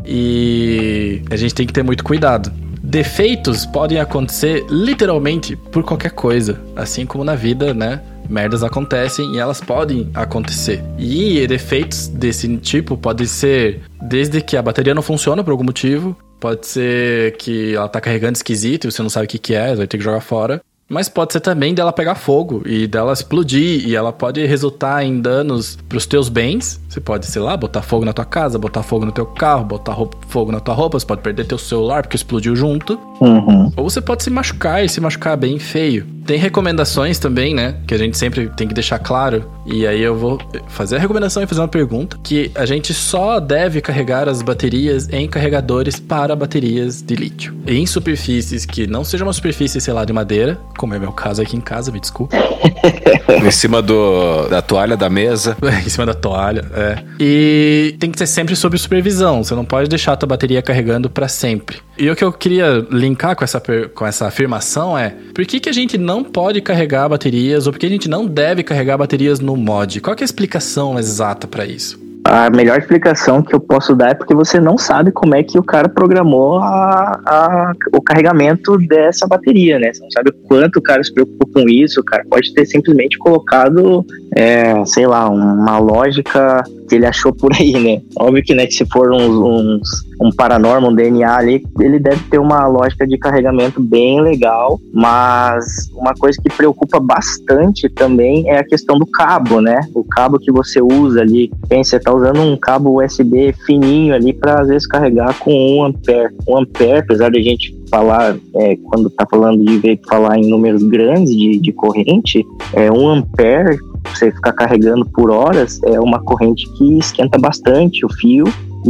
e a gente tem que ter muito cuidado. Defeitos podem acontecer literalmente por qualquer coisa, assim como na vida, né? Merdas acontecem e elas podem acontecer. E defeitos desse tipo podem ser desde que a bateria não funciona por algum motivo, pode ser que ela tá carregando esquisito e você não sabe o que que é, vai ter que jogar fora. Mas pode ser também dela pegar fogo e dela explodir, e ela pode resultar em danos pros teus bens. Você pode, sei lá, botar fogo na tua casa, botar fogo no teu carro, botar roupa, fogo na tua roupa, você pode perder teu celular porque explodiu junto.
Uhum.
Ou você pode se machucar e se machucar bem feio. Tem recomendações também, né, que a gente sempre tem que deixar claro. E aí eu vou fazer a recomendação e fazer uma pergunta, que a gente só deve carregar as baterias em carregadores para baterias de lítio. Em superfícies que não seja uma superfície, sei lá, de madeira, como é meu caso aqui em casa, me desculpa.
Em cima do, da toalha da mesa.
Em cima da toalha, é. E tem que ser sempre sob supervisão. Você não pode deixar a tua bateria carregando para sempre. E o que eu queria linkar com essa, com essa afirmação é: por que que a gente não pode carregar baterias, ou por que a gente não deve carregar baterias no mod? Qual que é a explicação exata para isso?
A melhor explicação que eu posso dar é porque você não sabe como é que o cara programou a, a, o carregamento dessa bateria, né? Você não sabe o quanto o cara se preocupou com isso. O cara pode ter simplesmente colocado, é, sei lá, uma lógica que ele achou por aí, né? Óbvio que, né, que se for uns, uns, um paranormal, um D N A ali, ele deve ter uma lógica de carregamento bem legal, mas uma coisa que preocupa bastante também é a questão do cabo, né? O cabo que você usa ali, pensa, você tá usando um cabo U S B fininho ali para às vezes carregar com um ampere. Um ampere, apesar de a gente falar, é, quando tá falando de ver, falar em números grandes de, de corrente, é um ampere, você ficar carregando por horas, é uma corrente que esquenta bastante o fio.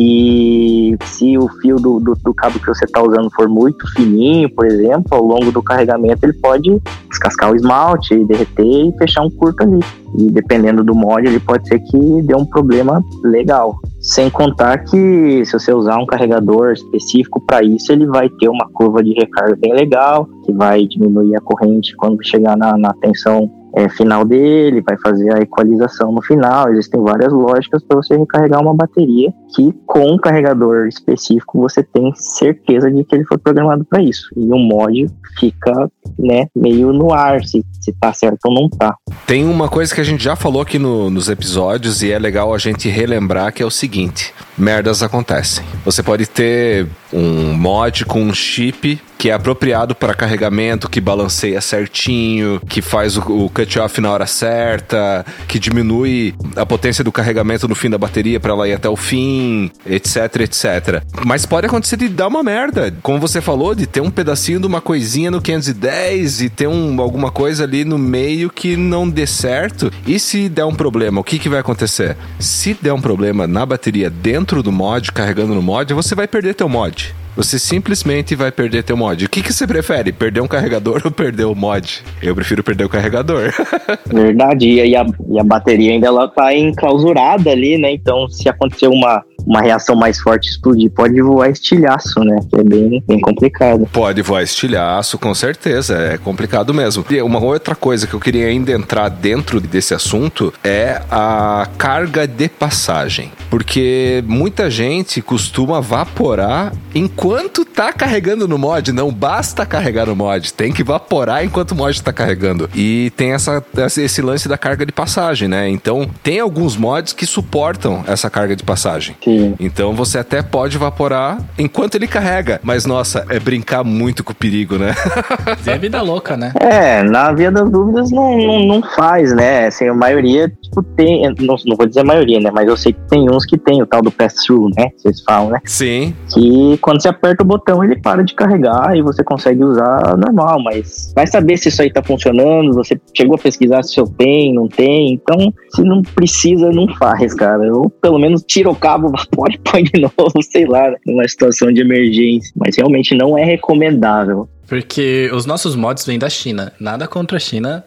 E se o fio do, do, do cabo que você está usando for muito fininho, por exemplo, ao longo do carregamento ele pode descascar o esmalte, derreter e fechar um curto ali. E dependendo do mod, ele pode ser que dê um problema legal. Sem contar que se você usar um carregador específico para isso, ele vai ter uma curva de recarga bem legal, que vai diminuir a corrente quando chegar na, na tensão É, final dele, vai fazer a equalização no final. Existem várias lógicas para você recarregar uma bateria que com um carregador específico você tem certeza de que ele foi programado para isso. E o mod fica, né, meio no ar se, se tá certo ou não tá.
Tem uma coisa que a gente já falou aqui no, nos episódios e é legal a gente relembrar, que é o seguinte: merdas acontecem. Você pode ter um mod com um chip que é apropriado para carregamento, que balanceia certinho, que faz o, o cut-off na hora certa, que diminui a potência do carregamento no fim da bateria para ela ir até o fim, etc, etcétera. Mas pode acontecer de dar uma merda, como você falou, de ter um pedacinho de uma coisinha no quinhentos e dez e ter um, alguma coisa ali no meio que não dê certo. E se der um problema, o que, que vai acontecer? Se der um problema na bateria dentro do mod, carregando no mod, você vai perder teu mod. Você simplesmente vai perder teu mod. O que, que você prefere? Perder um carregador ou perder o mod? Eu prefiro perder o carregador.
Verdade. E a, e a bateria ainda ela tá enclausurada ali, né? Então, se acontecer uma, uma reação mais forte, explodir, pode voar estilhaço, né? Que é bem, bem complicado.
Pode voar estilhaço, com certeza. É complicado mesmo. E uma outra coisa que eu queria ainda entrar dentro desse assunto é a carga de passagem. Porque muita gente costuma vaporar enquanto Enquanto tá carregando no mod. Não basta carregar no mod, tem que evaporar enquanto o mod tá carregando. E tem essa, esse lance da carga de passagem, né? Então, tem alguns mods que suportam essa carga de passagem.
Sim.
Então, você até pode evaporar enquanto ele carrega. Mas, nossa, é brincar muito com o perigo, né?
É vida louca, né?
É, na via das dúvidas não, não, não faz, né? Assim, a maioria, tipo, tem... Não, não vou dizer a maioria, né? Mas eu sei que tem uns que tem o tal do pass-through, né? Vocês falam, né?
Sim.
Que quando você aperta o botão, ele para de carregar e você consegue usar normal, mas vai saber se isso aí tá funcionando, você chegou a pesquisar se eu tem, não tem, então se não precisa, não faz, cara. Ou pelo menos tira o cabo, vapora e põe de novo, sei lá, numa situação de emergência, mas realmente não é recomendável.
Porque os nossos mods vêm da China, nada contra a China,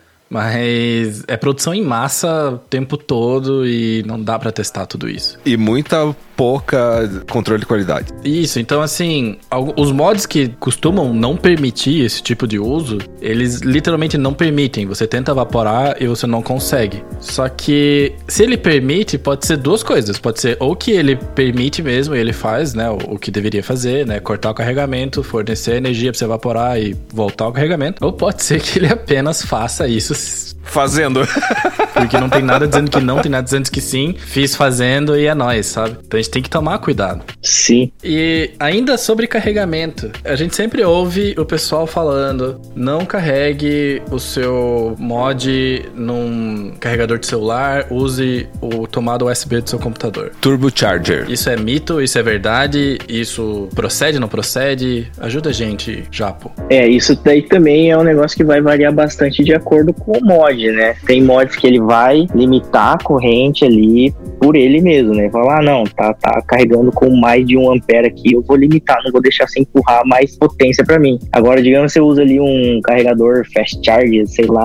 mas é produção em massa o tempo todo e não dá pra testar tudo isso.
E muita pouca controle de qualidade.
Isso, então assim, os mods que costumam não permitir esse tipo de uso, eles literalmente não permitem. Você tenta evaporar e você não consegue. Só que se ele permite, pode ser duas coisas. Pode ser ou que ele permite mesmo e ele faz, né, o, o que deveria fazer, né, cortar o carregamento, fornecer energia pra você evaporar e voltar ao carregamento. Ou pode ser que ele apenas faça isso
fazendo.
Porque não tem nada dizendo que não, tem nada dizendo que sim. Fiz fazendo e é nóis, sabe? Então a gente tem que tomar cuidado.
Sim.
E ainda sobre carregamento, a gente sempre ouve o pessoal falando: não carregue o seu mod num carregador de celular, use o tomado U S B do seu computador.
Turbocharger.
Isso é mito, isso é verdade, isso procede, não procede? Ajuda a gente, Japo.
É, isso daí também é um negócio que vai variar bastante de acordo com o mod, né? Tem mods que ele vai limitar a corrente ali por ele mesmo, né? Falar, ah, não, tá, tá carregando com mais de um ampere aqui, eu vou limitar, não vou deixar sem empurrar mais potência pra mim. Agora, digamos que você usa ali um carregador fast charge, sei lá, de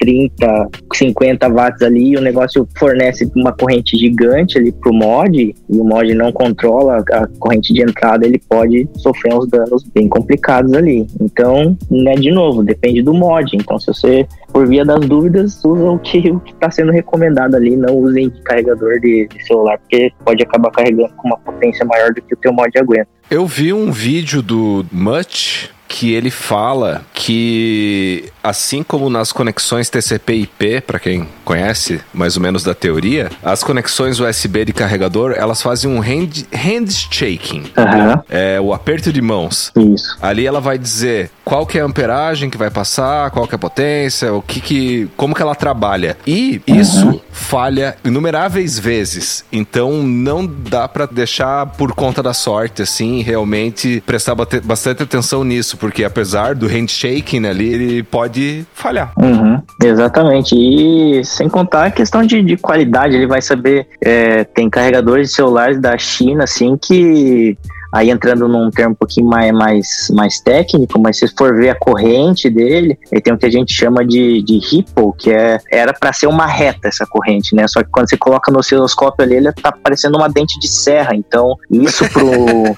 trinta, cinquenta watts ali, e o negócio fornece uma corrente gigante ali pro mod, e o mod não controla a corrente de entrada, ele pode sofrer uns danos bem complicados ali. Então, né, de novo, depende do mod. Então, se você, por via das dúvidas, usa o que o que está sendo recomendado ali, não usem carregador de, de celular, porque pode acabar carregando com uma potência maior do que o teu mod aguenta.
Eu vi um vídeo do Much que ele fala que, assim como nas conexões T C P I P, para quem conhece mais ou menos da teoria, as conexões U S B de carregador, elas fazem um hand, handshaking,
uhum.
é, o aperto de mãos.
Isso.
Ali ela vai dizer qual que é a amperagem que vai passar, qual que é a potência, o que que, como que ela trabalha. E isso uhum. falha inumeráveis vezes. Então não dá para deixar por conta da sorte, assim, realmente prestar bastante atenção nisso, porque apesar do handshaking ali, ele pode falhar.
Uhum, exatamente. E sem contar a questão de, de qualidade, ele vai saber, é, tem carregadores de celulares da China, assim, que... Aí entrando num termo um pouquinho mais, mais, mais técnico, mas se for ver a corrente dele, ele tem o que a gente chama de, de ripple, que é, era para ser uma reta essa corrente, né? Só que quando você coloca no osciloscópio ali, ele tá parecendo uma dente de serra. Então, isso pro...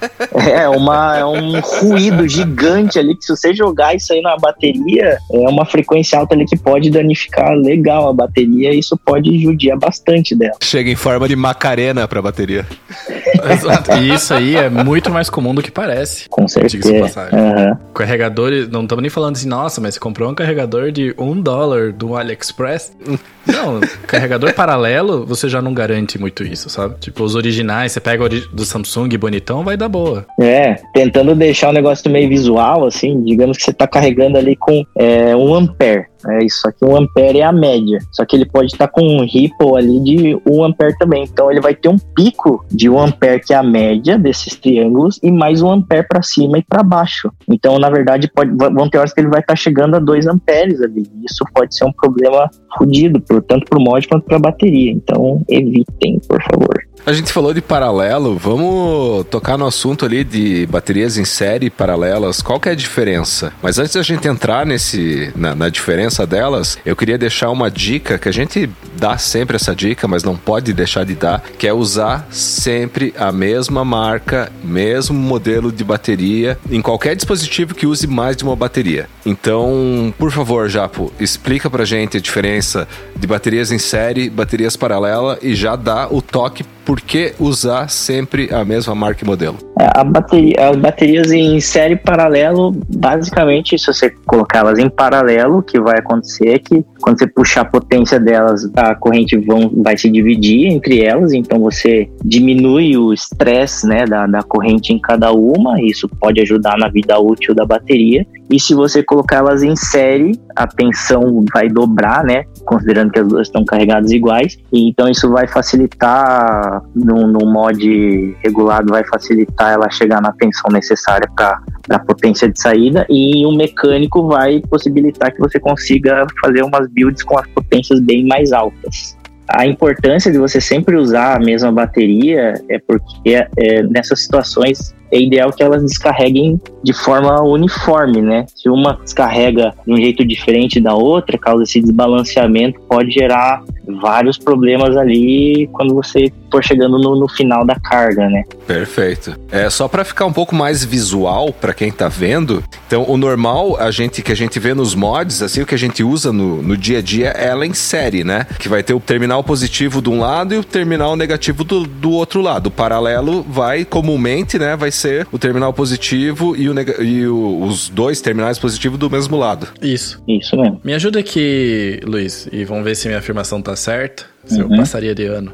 é, uma, é um ruído gigante ali, que se você jogar isso aí na bateria, é uma frequência alta ali que pode danificar legal a bateria, e isso pode judiar bastante dela.
Chega em forma de Macarena pra bateria.
Exato. E isso aí é muito mais comum do que parece.
Com certeza.
Uhum. Carregadores, não estamos nem falando assim, nossa, mas você comprou um carregador de um dólar do AliExpress? Não, carregador paralelo, você já não garante muito isso, sabe? Tipo, os originais, você pega o do Samsung bonitão, vai dar boa.
É, tentando deixar o negócio meio visual, assim, digamos que você tá carregando ali com é, um ampere. É isso, só que um ampere é a média. Só que ele pode estar com um ripple ali de um ampere também. Então ele vai ter um pico de um ampere, que é a média desses triângulos, e mais um ampere para cima e para baixo. Então, na verdade, pode, vão ter horas que ele vai estar chegando a dois amperes ali. Isso pode ser um problema fodido, tanto para o mod quanto para a bateria. Então, evitem, por favor.
A gente falou de paralelo, vamos tocar no assunto ali de baterias em série paralelas. Qual que é a diferença? Mas antes da gente entrar nesse, na, na diferença delas, eu queria deixar uma dica, que a gente dá sempre essa dica, mas não pode deixar de dar, que é usar sempre a mesma marca, mesmo modelo de bateria, em qualquer dispositivo que use mais de uma bateria. Então, por favor, Japo, explica pra gente a diferença de baterias em série, baterias paralelas, e já dá o toque por que usar sempre a mesma marca e modelo.
A bateria, as baterias em série paralelo, basicamente, se você colocá-las em paralelo, o que vai acontecer é que quando você puxar a potência delas, a corrente vão, vai se dividir entre elas, então você diminui o estresse, né, da, da corrente em cada uma, isso pode ajudar na vida útil da bateria. E se você colocá-las em série, a tensão vai dobrar, né, considerando que as duas estão carregadas iguais, e então isso vai facilitar, no, no mod regulado, vai facilitar ela chegar na tensão necessária para a potência de saída, e o mecânico vai possibilitar que você consiga fazer umas builds com as potências bem mais altas. A importância de você sempre usar a mesma bateria é porque é, nessas situações é ideal que elas descarreguem de forma uniforme, né? Se uma descarrega de um jeito diferente da outra, causa esse desbalanceamento, pode gerar vários problemas ali quando você for chegando no, no final da carga, né?
Perfeito. É só para ficar um pouco mais visual para quem tá vendo. Então, o normal, a gente que a gente vê nos mods, assim, o que a gente usa no, no dia a dia é ela em série, né? Que vai ter o terminal positivo de um lado e o terminal negativo do, do outro lado. O paralelo vai, comumente, né? Vai ser o terminal positivo e, o neg- e o, os dois terminais positivos do mesmo lado.
Isso.
Isso mesmo.
Me ajuda aqui, Luiz, e vamos ver se minha afirmação tá certa. Se
uhum.
eu passaria de ano.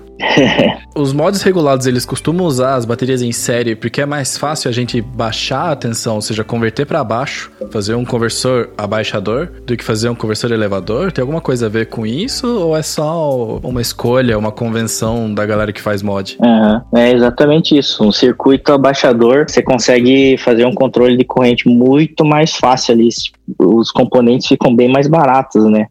Os mods regulados, eles costumam usar as baterias em série porque é mais fácil a gente baixar a tensão, ou seja, converter para baixo, fazer um conversor abaixador, do que fazer um conversor elevador? Tem alguma coisa a ver com isso? Ou é só uma escolha, uma convenção da galera que faz mod?
Uhum. É exatamente isso. Um circuito abaixador, você consegue fazer um controle de corrente muito mais fácil ali. Os componentes ficam bem mais baratos, né?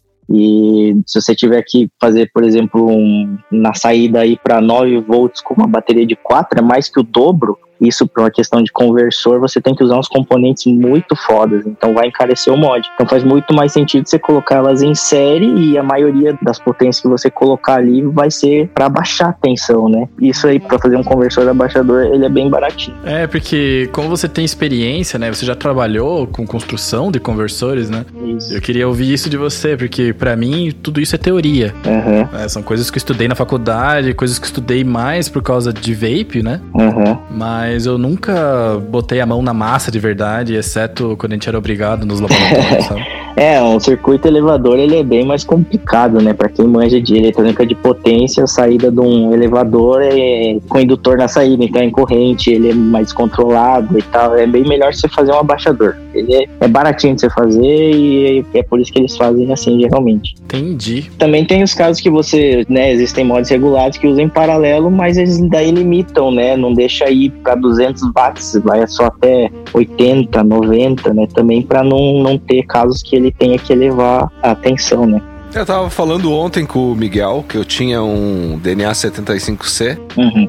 E se você tiver que fazer, por exemplo, um, na saída aí para nove volts com uma bateria de quatro, é mais que o dobro. isso para uma questão de conversor, você tem que usar uns componentes muito fodas, então vai encarecer o mod. Então faz muito mais sentido você colocar elas em série e a maioria das potências que você colocar ali vai ser para baixar a tensão, né? Isso aí, para fazer um conversor abaixador, ele é bem baratinho.
É, porque como você tem experiência, né? Você já trabalhou com construção de conversores, né?
Isso.
Eu queria ouvir isso de você, porque pra mim tudo isso é teoria.
Uhum.
É, são coisas que eu estudei na faculdade, coisas que eu estudei mais por causa de vape, né?
Uhum.
Mas eu nunca botei a mão na massa de verdade, exceto quando a gente era obrigado nos laboratórios, sabe?
É, um circuito elevador, ele é bem mais complicado, né? Pra quem manja de eletrônica de potência, a saída de um elevador é com indutor na saída, então é em corrente, ele é mais controlado e tal. É bem melhor você fazer um abaixador. Ele é, é baratinho de você fazer e é por isso que eles fazem assim, geralmente.
Entendi.
Também tem os casos que você, né, existem mods regulados que usam em paralelo, mas eles daí limitam, né? Não deixa ir pra duzentos watts, vai só até oitenta, noventa, né? Também pra não, não ter casos que ele tenha que elevar a tensão, né?
Eu tava falando ontem com o Miguel que eu tinha um D N A setenta e cinco C
Uhum.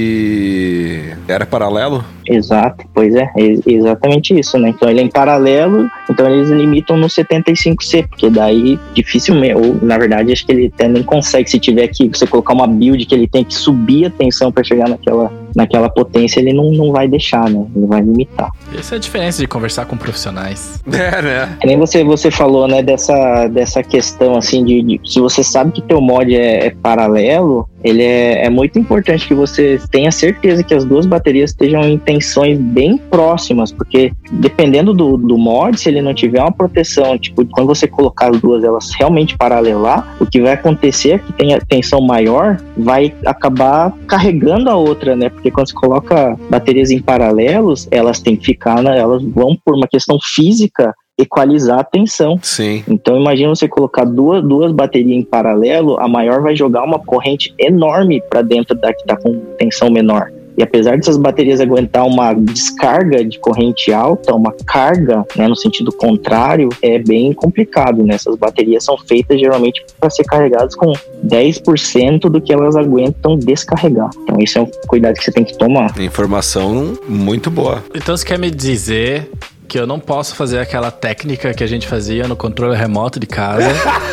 que era paralelo.
Exato, pois é, é exatamente isso, né? Então ele é em paralelo, então eles limitam no setenta e cinco C, porque daí dificilmente, ou na verdade acho que ele até nem consegue, se tiver que você colocar uma build que ele tem que subir a tensão para chegar naquela, naquela potência, ele não, não vai deixar, né? Ele vai limitar.
Essa é a diferença de conversar com profissionais.
É, né?
Que nem você, você falou, né, dessa, dessa questão, assim, de, de se você sabe que teu mod é, é paralelo, ele é, é muito importante que você tenha certeza que as duas baterias estejam em tensões bem próximas, porque dependendo do, do mod, se ele não tiver uma proteção, tipo, quando você colocar as duas, elas realmente paralelar, o que vai acontecer é que tem a tensão maior, vai acabar carregando a outra, né, porque quando você coloca baterias em paralelos, elas têm que ficar, né, elas vão por uma questão física, equalizar a tensão.
Sim.
Então imagina você colocar duas, duas baterias em paralelo, a maior vai jogar uma corrente enorme para dentro da que está com tensão menor. E apesar dessas baterias aguentar uma descarga de corrente alta, uma carga, né, no sentido contrário, é bem complicado, né? Essas baterias são feitas geralmente para ser carregadas com dez por cento do que elas aguentam descarregar. Então isso é um cuidado que você tem que tomar.
Informação muito boa.
Então você quer me dizer que eu não posso fazer aquela técnica que a gente fazia no controle remoto de casa,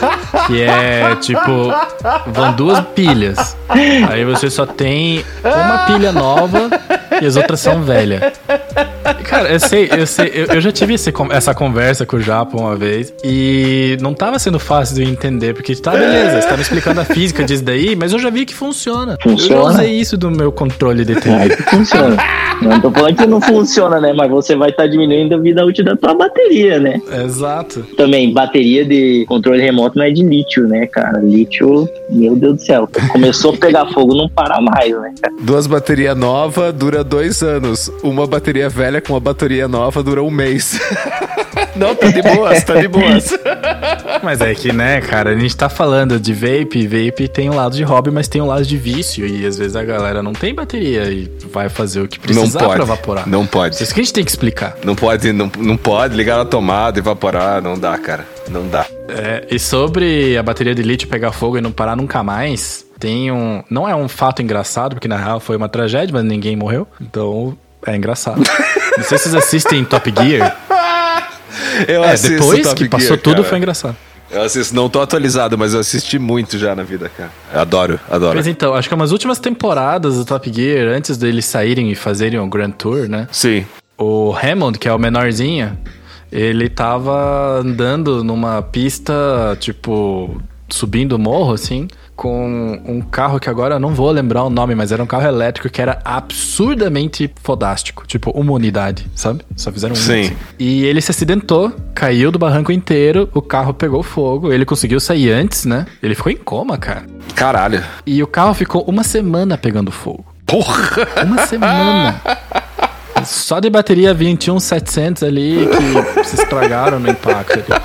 que é tipo, vão duas pilhas, aí você só tem uma pilha nova e as outras são velhas. Cara, eu sei, eu sei, eu, eu já tive esse, essa conversa com o Japa uma vez e não tava sendo fácil de entender, porque tá, beleza, você tá me explicando a física disso daí, mas eu já vi que funciona.
Funciona.
Eu já usei isso do meu controle de T V.
É que funciona. Não tô falando que não funciona, né? Mas você vai estar tá diminuindo a vida útil da tua bateria, né?
Exato.
Também, bateria de controle remoto não é de lítio, né, cara? Lítio, meu Deus do céu. Começou a pegar fogo, não para mais, né, cara?
Duas baterias novas dura dois anos. Uma bateria velha com uma bateria nova dura um mês. Não, tá de boas, tá de boas.
Mas é que, né, cara, a gente tá falando de vape, vape tem um lado de hobby, mas tem um lado de vício, e às vezes a galera não tem bateria e vai fazer o que precisar pra evaporar.
Não pode.
Isso que a gente tem que explicar.
Não pode, não, não pode ligar na tomada, evaporar, não dá, cara, não dá.
É, e sobre a bateria de lítio pegar fogo e não parar nunca mais, tem um... Não é um fato engraçado, porque na real foi uma tragédia, mas ninguém morreu, então é engraçado. Não sei se vocês assistem Top Gear.
Eu
é,
assisto
depois
Top
que
Gear,
passou tudo
cara.
foi engraçado.
Eu assisto, não tô atualizado, mas eu assisti muito já na vida, cara. Eu adoro, adoro.
Mas então, acho que umas últimas temporadas do Top Gear, antes deles saírem e fazerem o Grand Tour, né?
Sim.
O Hammond, que é o menorzinho, ele tava andando numa pista, tipo, subindo o morro, assim, com um carro que agora eu não vou lembrar o nome, mas era um carro elétrico que era absurdamente fodástico. Tipo, uma unidade, sabe? Só fizeram um.
Sim.
Assim. E ele se acidentou, caiu do barranco inteiro, o carro pegou fogo, ele conseguiu sair antes, né? Ele ficou em coma, cara.
Caralho.
E o carro ficou uma semana pegando fogo.
Porra!
Uma semana. Só de bateria vinte e um setecentos ali que se estragaram no impacto ali.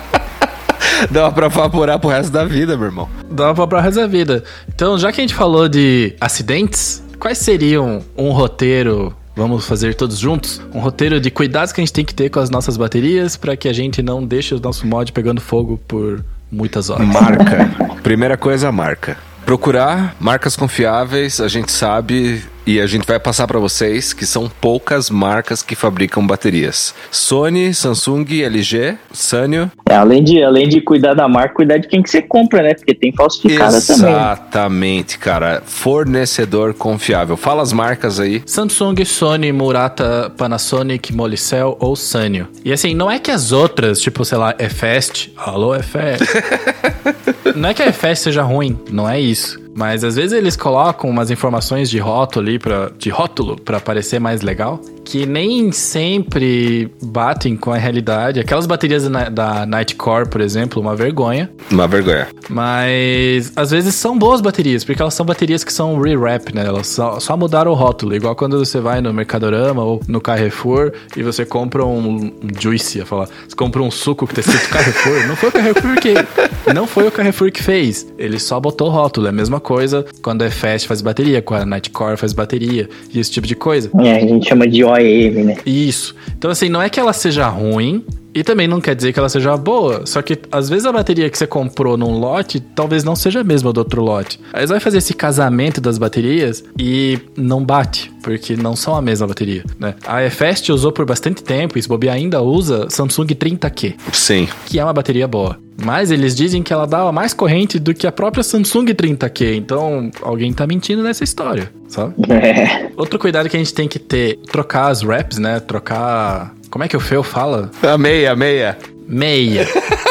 Dava pra evaporar pro resto da vida, meu irmão.
Dava pra resto da vida. Então, já que a gente falou de acidentes, quais seriam um roteiro, vamos fazer todos juntos, um roteiro de cuidados que a gente tem que ter com as nossas baterias pra que a gente não deixe o nosso mod pegando fogo por muitas horas?
Marca. Primeira coisa, marca. Procurar marcas confiáveis, a gente sabe E a gente vai passar para vocês que são poucas marcas que fabricam baterias. Sony, Samsung, L G, Sanyo.
É, além de, além de cuidar da marca, cuidar de quem que você compra, né? Porque tem falsificada também.
Exatamente, cara. Fornecedor confiável. Fala as marcas aí.
Samsung, Sony, Murata, Panasonic, Molicel ou Sanyo. E assim, não é que as outras, tipo, sei lá, E-Fast, alô E-Fast. Não é que a E-Fast seja ruim, não é isso. Mas às vezes eles colocam umas informações de rótulo ali pra, de rótulo para parecer mais legal, que nem sempre batem com a realidade. Aquelas baterias da, da Nightcore, por exemplo, uma vergonha.
Uma vergonha.
Mas às vezes são boas baterias, porque elas são baterias que são re-wrap, né? Elas só, só mudaram o rótulo. Igual quando você vai no Mercadorama ou no Carrefour e você compra um, um Juice, ia falar. Você compra um suco que tá escrito Carrefour. Não foi o Carrefour que... Não foi o Carrefour que fez. Ele só botou o rótulo. É a mesma coisa quando a E-Fast faz bateria, quando a Nightcore faz bateria e esse tipo de coisa.
É, a gente chama de O E M, né?
Isso. Então assim, não é que ela seja ruim e também não quer dizer que ela seja boa. Só que às vezes a bateria que você comprou num lote talvez não seja a mesma do outro lote. Aí você vai fazer esse casamento das baterias e não bate, porque não são a mesma bateria, né? A E-Fast usou por bastante tempo, e se bobear ainda usa Samsung trinta Q.
Sim.
Que é uma bateria boa. Mas eles dizem que ela dava mais corrente do que a própria Samsung trinta Q. Então, alguém tá mentindo nessa história, sabe? É. Outro cuidado que a gente tem que ter, trocar as wraps, né? Trocar... Como é que o Feu fala?
A meia, meia.
Meia.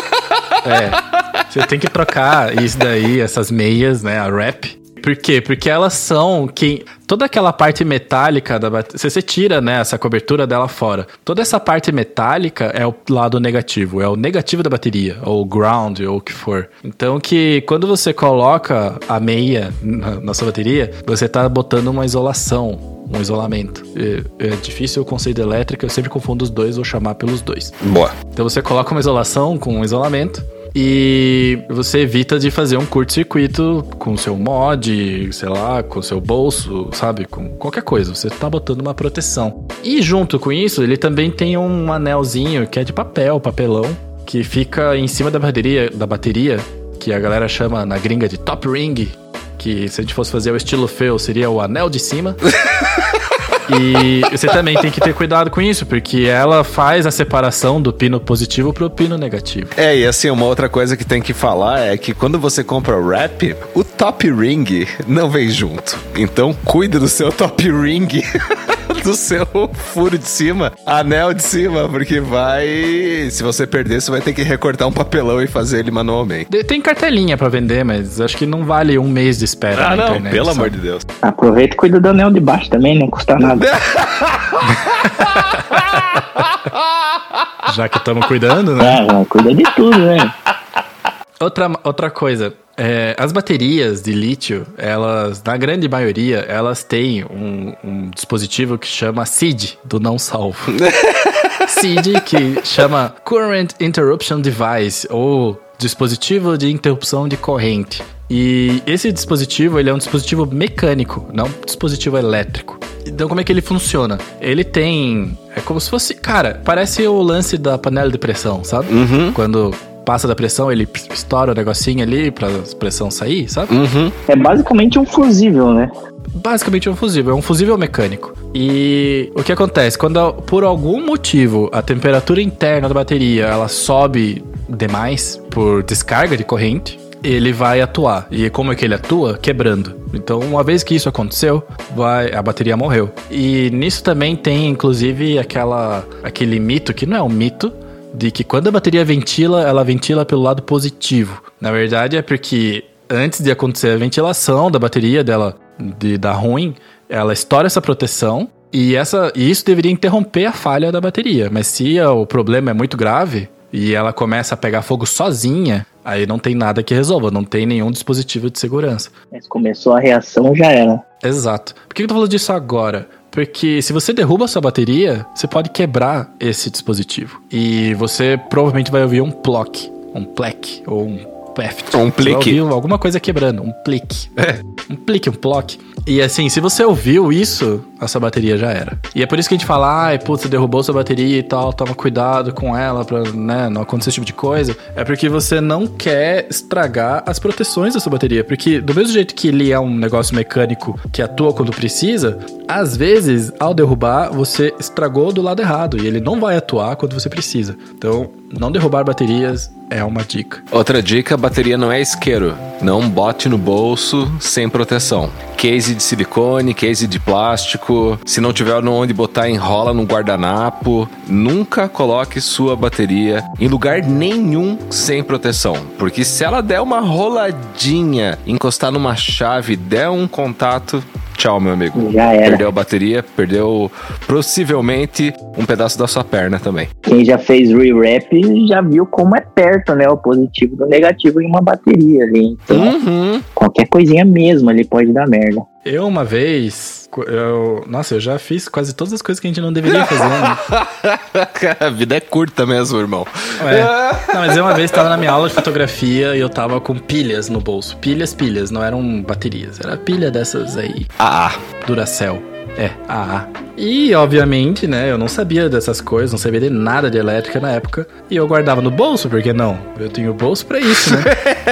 É. Você tem que trocar isso daí, essas meias, né? A wrap. Por quê? Porque elas são quem... Toda aquela parte metálica da bateria... Se você tira, né, essa cobertura dela fora, toda essa parte metálica é o lado negativo. É o negativo da bateria. Ou ground, ou o que for. Então, que quando você coloca a meia na, na sua bateria, você tá botando uma isolação. Um isolamento. É, é difícil o conceito elétrico, eu sempre confundo os dois, vou chamar pelos dois.
Boa.
Então você coloca uma isolação com um isolamento e você evita de fazer um curto-circuito com o seu mod, sei lá, com o seu bolso, sabe? Com qualquer coisa. Você tá botando uma proteção. E junto com isso, ele também tem um anelzinho que é de papel, papelão, que fica em cima da bateria, da bateria, que a galera chama na gringa de top ring. Que se a gente fosse fazer o estilo Feu, seria o anel de cima. E você também tem que ter cuidado com isso, porque ela faz a separação do pino positivo pro pino negativo.
É, e assim, uma outra coisa que tem que falar é que quando você compra o wrap, o top ring não vem junto. Então, cuida do seu top ring, do seu furo de cima, anel de cima, porque vai... Se você perder, você vai ter que recortar um papelão e fazer ele manualmente.
Tem cartelinha pra vender, mas acho que não vale um mês de espera.
Ah,
na
não,
internet,
pelo
sabe?
amor de Deus.
Aproveita e cuida do anel de baixo também, não custa nada.
Já que estamos cuidando, né?
Ah, cuida de tudo, né?
Outra, outra coisa, é, as baterias de lítio, elas, na grande maioria, elas têm um, um dispositivo que chama C I D, do não salvo. C I D, que chama Current Interruption Device, ou dispositivo de interrupção de corrente. E esse dispositivo, ele é um dispositivo mecânico, não um dispositivo elétrico. Então, como é que ele funciona? Ele tem... É como se fosse... Cara, parece o lance da panela de pressão, sabe?
Uhum.
Quando passa da pressão, ele estoura o negocinho ali pra pressão sair, sabe?
Uhum.
É basicamente um fusível, né?
Basicamente é um fusível, é um fusível mecânico. E o que acontece? Quando, por algum motivo, a temperatura interna da bateria, ela sobe demais por descarga de corrente, ele vai atuar. E como é que ele atua? Quebrando. Então, uma vez que isso aconteceu, vai, a bateria morreu. E nisso também tem, inclusive, aquela, aquele mito, que não é um mito, de que quando a bateria ventila, ela ventila pelo lado positivo. Na verdade, é porque antes de acontecer a ventilação da bateria dela, de dar ruim, ela estoura essa proteção e, essa, e isso deveria interromper a falha da bateria. Mas se o problema é muito grave e ela começa a pegar fogo sozinha, aí não tem nada que resolva, não tem nenhum dispositivo de segurança.
Mas começou a reação, já era.
Exato. Por que eu tô falando disso agora? Porque se você derruba a sua bateria, você pode quebrar esse dispositivo. E você provavelmente vai ouvir um plock, um plec, ou um peft.
Um plique.
Você vai ouvir alguma coisa quebrando, um plique. É. um plique, um ploque. E assim, se você ouviu isso, a sua bateria já era. E é por isso que a gente fala, ai, putz, você derrubou sua bateria e tal, toma cuidado com ela pra, né, não acontecer esse tipo de coisa. É porque você não quer estragar as proteções da sua bateria. Porque do mesmo jeito que ele é um negócio mecânico que atua quando precisa, às vezes, ao derrubar, você estragou do lado errado e ele não vai atuar quando você precisa. Então, não derrubar baterias é uma dica.
Outra dica, a bateria não é isqueiro. Não bote no bolso sem proteção. Case de silicone, case de plástico. Se não tiver onde botar, enrola num guardanapo. Nunca coloque sua bateria em lugar nenhum sem proteção. Porque se ela der uma roladinha, encostar numa chave, der um contato... Tchau, meu amigo.
Já era.
Perdeu a bateria, perdeu possivelmente um pedaço da sua perna também.
Quem já fez rewrap já viu como é perto, né? O positivo do negativo em uma bateria ali. Então,
Uhum.
qualquer coisinha mesmo ali pode dar merda.
Eu, uma vez... Eu, nossa, eu já fiz quase todas as coisas que a gente não deveria fazer, né?
A vida é curta mesmo, irmão.
É. Não, mas eu uma vez tava na minha aula de fotografia e eu tava com pilhas no bolso. Pilhas, pilhas, não eram baterias. Era pilha dessas aí.
Ah,
Duracell. É, A A. E, obviamente, né, eu não sabia dessas coisas, não sabia de nada de elétrica na época. E eu guardava no bolso, porque não? Eu tenho bolso pra isso, né?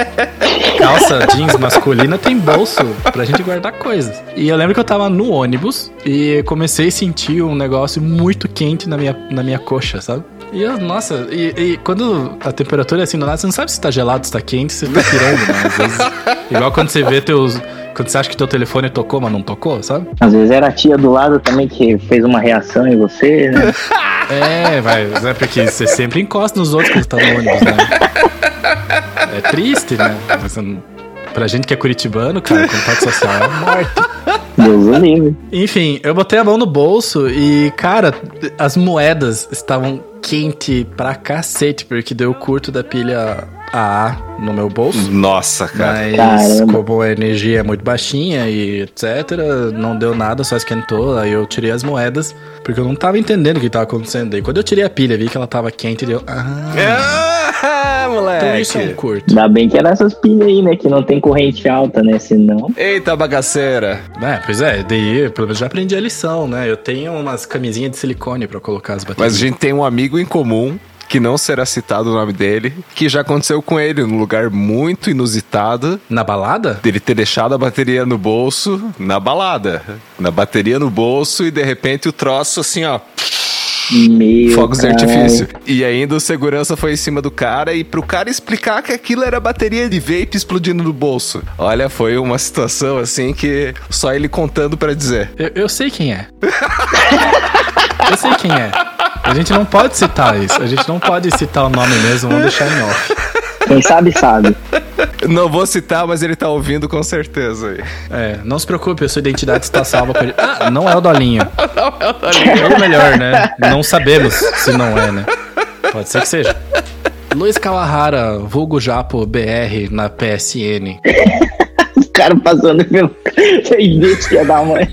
Calça jeans masculina tem bolso pra gente guardar coisas. E eu lembro que eu tava no ônibus e comecei a sentir um negócio muito quente na minha, na minha coxa, sabe? E eu, nossa, e, e quando a temperatura é assim do nada, você não sabe se tá gelado, se tá quente, se tá tirando, né? Às vezes, igual quando você vê teus... Quando você acha que teu telefone tocou, mas não tocou, sabe?
Às vezes era a tia do lado também que fez uma reação em você, né?
É, vai, é porque você sempre encosta nos outros quando você tá no ônibus, né? É triste, né? Você não... Pra gente que é curitibano, cara, contato social é morte.
Deus o livre.
Enfim, eu botei a mão no bolso e, cara, as moedas estavam quente pra cacete, porque deu curto da pilha A A no meu bolso.
nossa, cara.
Mas
Caramba.
como a energia é muito baixinha e etcétera, não deu nada, só esquentou. Aí eu tirei as moedas, porque eu não tava entendendo o que tava acontecendo. E quando eu tirei a pilha, vi que ela tava quente e deu... Ah,
Ah,
então isso é um
moleque.
curto.
Ainda bem que era essas pilhas aí, né? Que não tem corrente alta, né? Senão...
Eita, bagaceira.
É, pois é, daí pelo menos já aprendi a lição, né? Eu tenho umas camisinhas de silicone pra colocar as baterias.
Mas a gente tem um amigo em comum, que não será citado o nome dele, que já aconteceu com ele num lugar muito inusitado,
Na balada?
dele ter deixado a bateria no bolso, na balada. Na bateria no bolso e de repente o troço assim, ó...
Meu
Fogos de
caralho.
artifício. E ainda o segurança foi em cima do cara e pro cara explicar que aquilo era bateria de vape explodindo no bolso. Olha, foi uma situação assim que só ele contando pra dizer.
Eu, eu sei quem é. Eu sei quem é. A gente não pode citar isso. A gente não pode citar o nome mesmo, vamos deixar em off.
Quem sabe, sabe.
Não vou citar, mas ele tá ouvindo com certeza aí.
É, não se preocupe, a sua identidade está salva. Com ele. Ah, não é o Dolinho. Não é o Dolinho. Ou melhor, né? Não sabemos se não é, né? Pode ser que seja. Luiz Kawahara, vulgo Japo B R na P S N.
Os caras passando pelo Facebook, ia dar uma...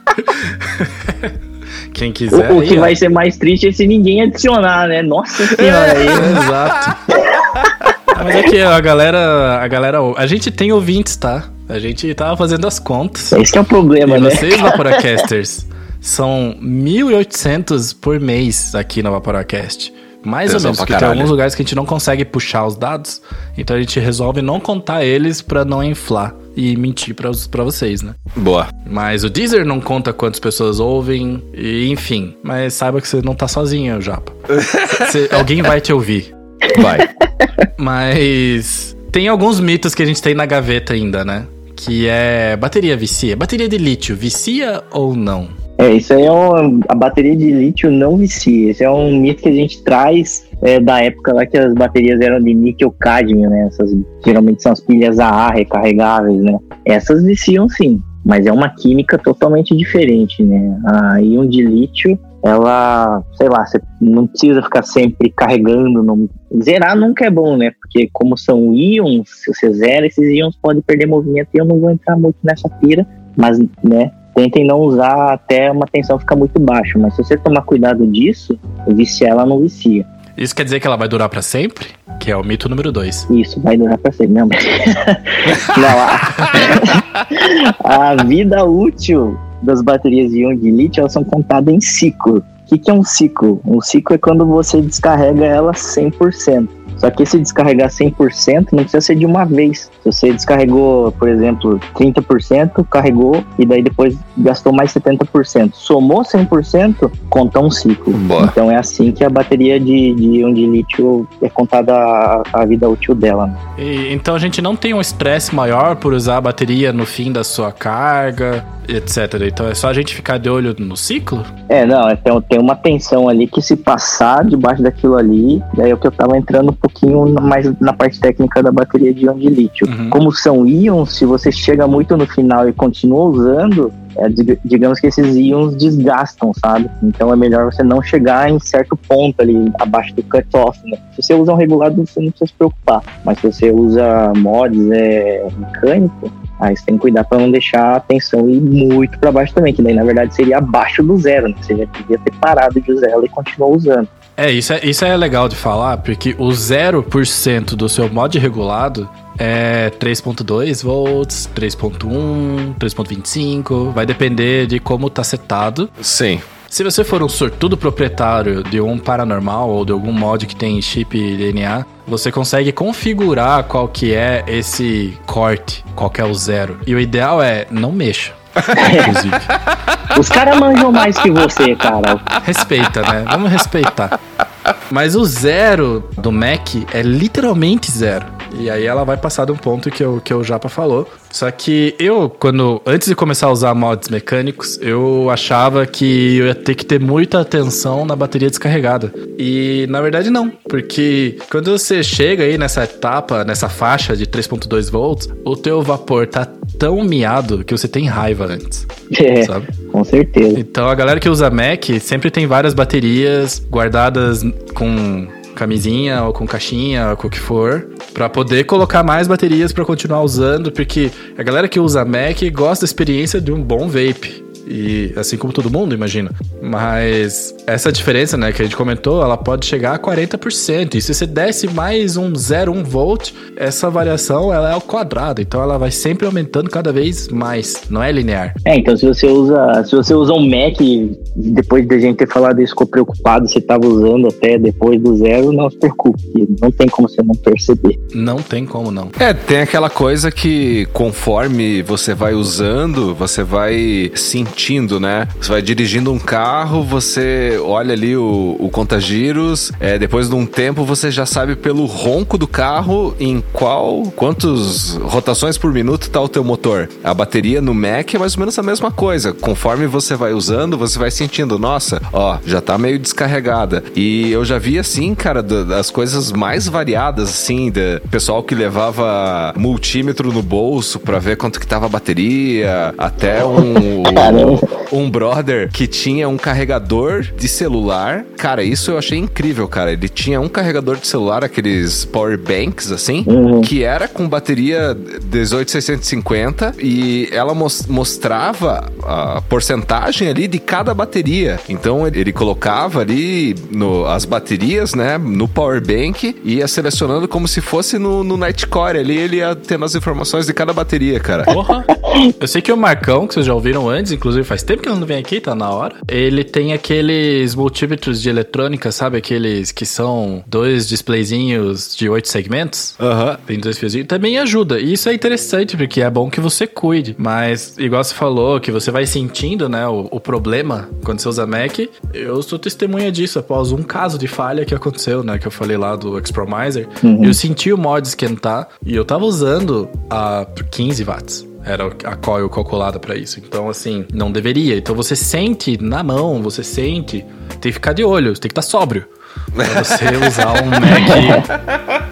Quem quiser.
O, o
aí,
que
ó.
vai ser mais triste é se ninguém adicionar, né? Nossa senhora aí. né?
Exato. Ah, mas é que a galera, a galera. A gente tem ouvintes, tá? A gente tava fazendo as contas.
Esse que é o problema,
E
né?
vocês, Vaporacasters, são mil e oitocentos por mês aqui no Vaporacast. Mais
Tesão
ou menos,
pra
porque tem
caralho.
alguns lugares que a gente não consegue puxar os dados, então a gente resolve não contar eles pra não inflar e mentir pra, os- pra vocês, né?
Boa.
Mas o Deezer não conta quantas pessoas ouvem, e enfim. Mas saiba que você não tá sozinho, Japa. Cê- alguém vai te ouvir.
Vai.
Mas tem alguns mitos que a gente tem na gaveta ainda, né? Que é bateria vicia. Bateria de lítio vicia ou não?
É, isso aí é um, a bateria de lítio não vicia. Esse é um mito que a gente traz é, da época lá que as baterias eram de níquel-cádmio, né? Essas geralmente são as pilhas A A recarregáveis, né? Essas viciam sim, mas é uma química totalmente diferente, né? A íon de lítio, ela, sei lá, você não precisa ficar sempre carregando. Não... Zerar nunca é bom, né? Porque como são íons, se você zera, esses íons podem perder movimento e eu não vou entrar muito nessa pira, mas, né? Tentem não usar até uma tensão ficar muito baixa, mas se você tomar cuidado disso, viciar ela não vicia.
Isso quer dizer que ela vai durar pra sempre? Que é o mito número dois.
Isso, vai durar pra sempre. Não, não a... a vida útil das baterias de íon de lítio, elas são contadas em ciclo. O que, que é um ciclo? Um ciclo é quando você descarrega ela cem por cento. Só que se descarregar cem por cento, não precisa ser de uma vez. Se você descarregou, por exemplo, trinta por cento, carregou e daí depois gastou mais setenta por cento. Somou cem por cento, conta um ciclo. Boa. Então é assim que a bateria de, de íon de lítio é contada a, a vida útil dela. Né?
E, então a gente não tem um estresse maior por usar a bateria no fim da sua carga, etcétera. Então é só a gente ficar de olho no ciclo?
É, não, é, tem, tem uma tensão ali que se passar debaixo daquilo ali, daí é o que eu tava entrando um pouquinho mais na parte técnica da bateria de íon de lítio. Uhum. Como são íons, se você chega muito no final e continua usando, é, digamos que esses íons desgastam, sabe? Então é melhor você não chegar em certo ponto ali, abaixo do cutoff, né? Se você usa um regulado, você não precisa se preocupar. Mas se você usa mods é, mecânico, aí você tem que cuidar para não deixar a tensão ir muito para baixo também, que daí na verdade seria abaixo do zero, né? Você já devia ter parado de usar ela e continuar usando.
É, isso é, isso é legal de falar, porque o zero por cento do seu mod regulado é três ponto dois volts, três ponto um, três ponto vinte e cinco, vai depender de como tá setado.
Sim.
Se você for um sortudo proprietário de um paranormal ou de algum mod que tem chip D N A, você consegue configurar qual que é esse corte, qual que é o zero. E o ideal é não mexa. Inclusive.
Os caras manjam mais que você, cara.
Respeita, né? Vamos respeitar. Mas o zero do Mac é literalmente zero. E aí ela vai passar de um ponto que, eu, que o Japa falou. Só que eu, quando antes de começar a usar mods mecânicos, eu achava que eu ia ter que ter muita atenção na bateria descarregada. E na verdade não, porque quando você chega aí nessa etapa, nessa faixa de três ponto dois volts, o teu vapor tá tão miado que você tem raiva antes.
É,
sabe?
Com certeza.
Então a galera que usa Mac sempre tem várias baterias guardadas com camisinha ou com caixinha ou com o que for, pra poder colocar mais baterias pra continuar usando, porque a galera que usa Mac gosta da experiência de um bom vape. E assim como todo mundo, imagina. Mas essa diferença, né, que a gente comentou, ela pode chegar a quarenta por cento. E se você desce mais um zero vírgula um volt, essa variação ela é ao quadrado. Então ela vai sempre aumentando cada vez mais. Não é linear.
É, então se você usa, se você usa um Mac, depois da gente ter falado isso, ficou preocupado, você estava usando até depois do zero, não se preocupe. Não tem como você não perceber.
Não tem como não.
É, tem aquela coisa que conforme você vai usando, você vai sentindo, né? Você vai dirigindo um carro, você olha ali o, o contagiros, é, depois de um tempo você já sabe pelo ronco do carro em qual, quantas rotações por minuto tá o teu motor. A bateria no Mac é mais ou menos a mesma coisa. Conforme você vai usando, você vai sentindo, nossa, ó, já tá meio descarregada. E eu já vi assim, cara, das coisas mais variadas, assim, de pessoal que levava multímetro no bolso pra ver quanto que tava a bateria, até um... um brother que tinha um carregador de celular. Cara, isso eu achei incrível, cara. Ele tinha um carregador de celular, aqueles power banks, assim, uhum. que era com bateria dezoito seiscentos e cinquenta e ela mos- mostrava a porcentagem ali de cada bateria. Então, ele, ele colocava ali no, as baterias, né, no power bank e ia selecionando como se fosse no, no Nightcore ali, ele ia tendo as informações de cada bateria, cara.
Porra! Eu sei que o Marcão, que vocês já ouviram antes, inclusive faz tempo que ele não vem aqui, tá na hora. Ele tem aqueles multímetros de eletrônica, sabe? Aqueles que são dois displayzinhos de oito segmentos.
Aham. Uhum.
Tem dois fiozinhos. Também ajuda. E isso é interessante, porque é bom que você cuide. Mas, igual você falou, que você vai sentindo, né, o, o problema quando você usa Mac. Eu sou testemunha disso, após um caso de falha que aconteceu, né? Que eu falei lá do Expromiser. Uhum. Eu senti o mod esquentar e eu tava usando a quinze watts. Era a coil calculada pra isso. Então, assim, não deveria. Então, você sente na mão, você sente. Tem que ficar de olho, você tem que estar sóbrio. Pra você usar um Mac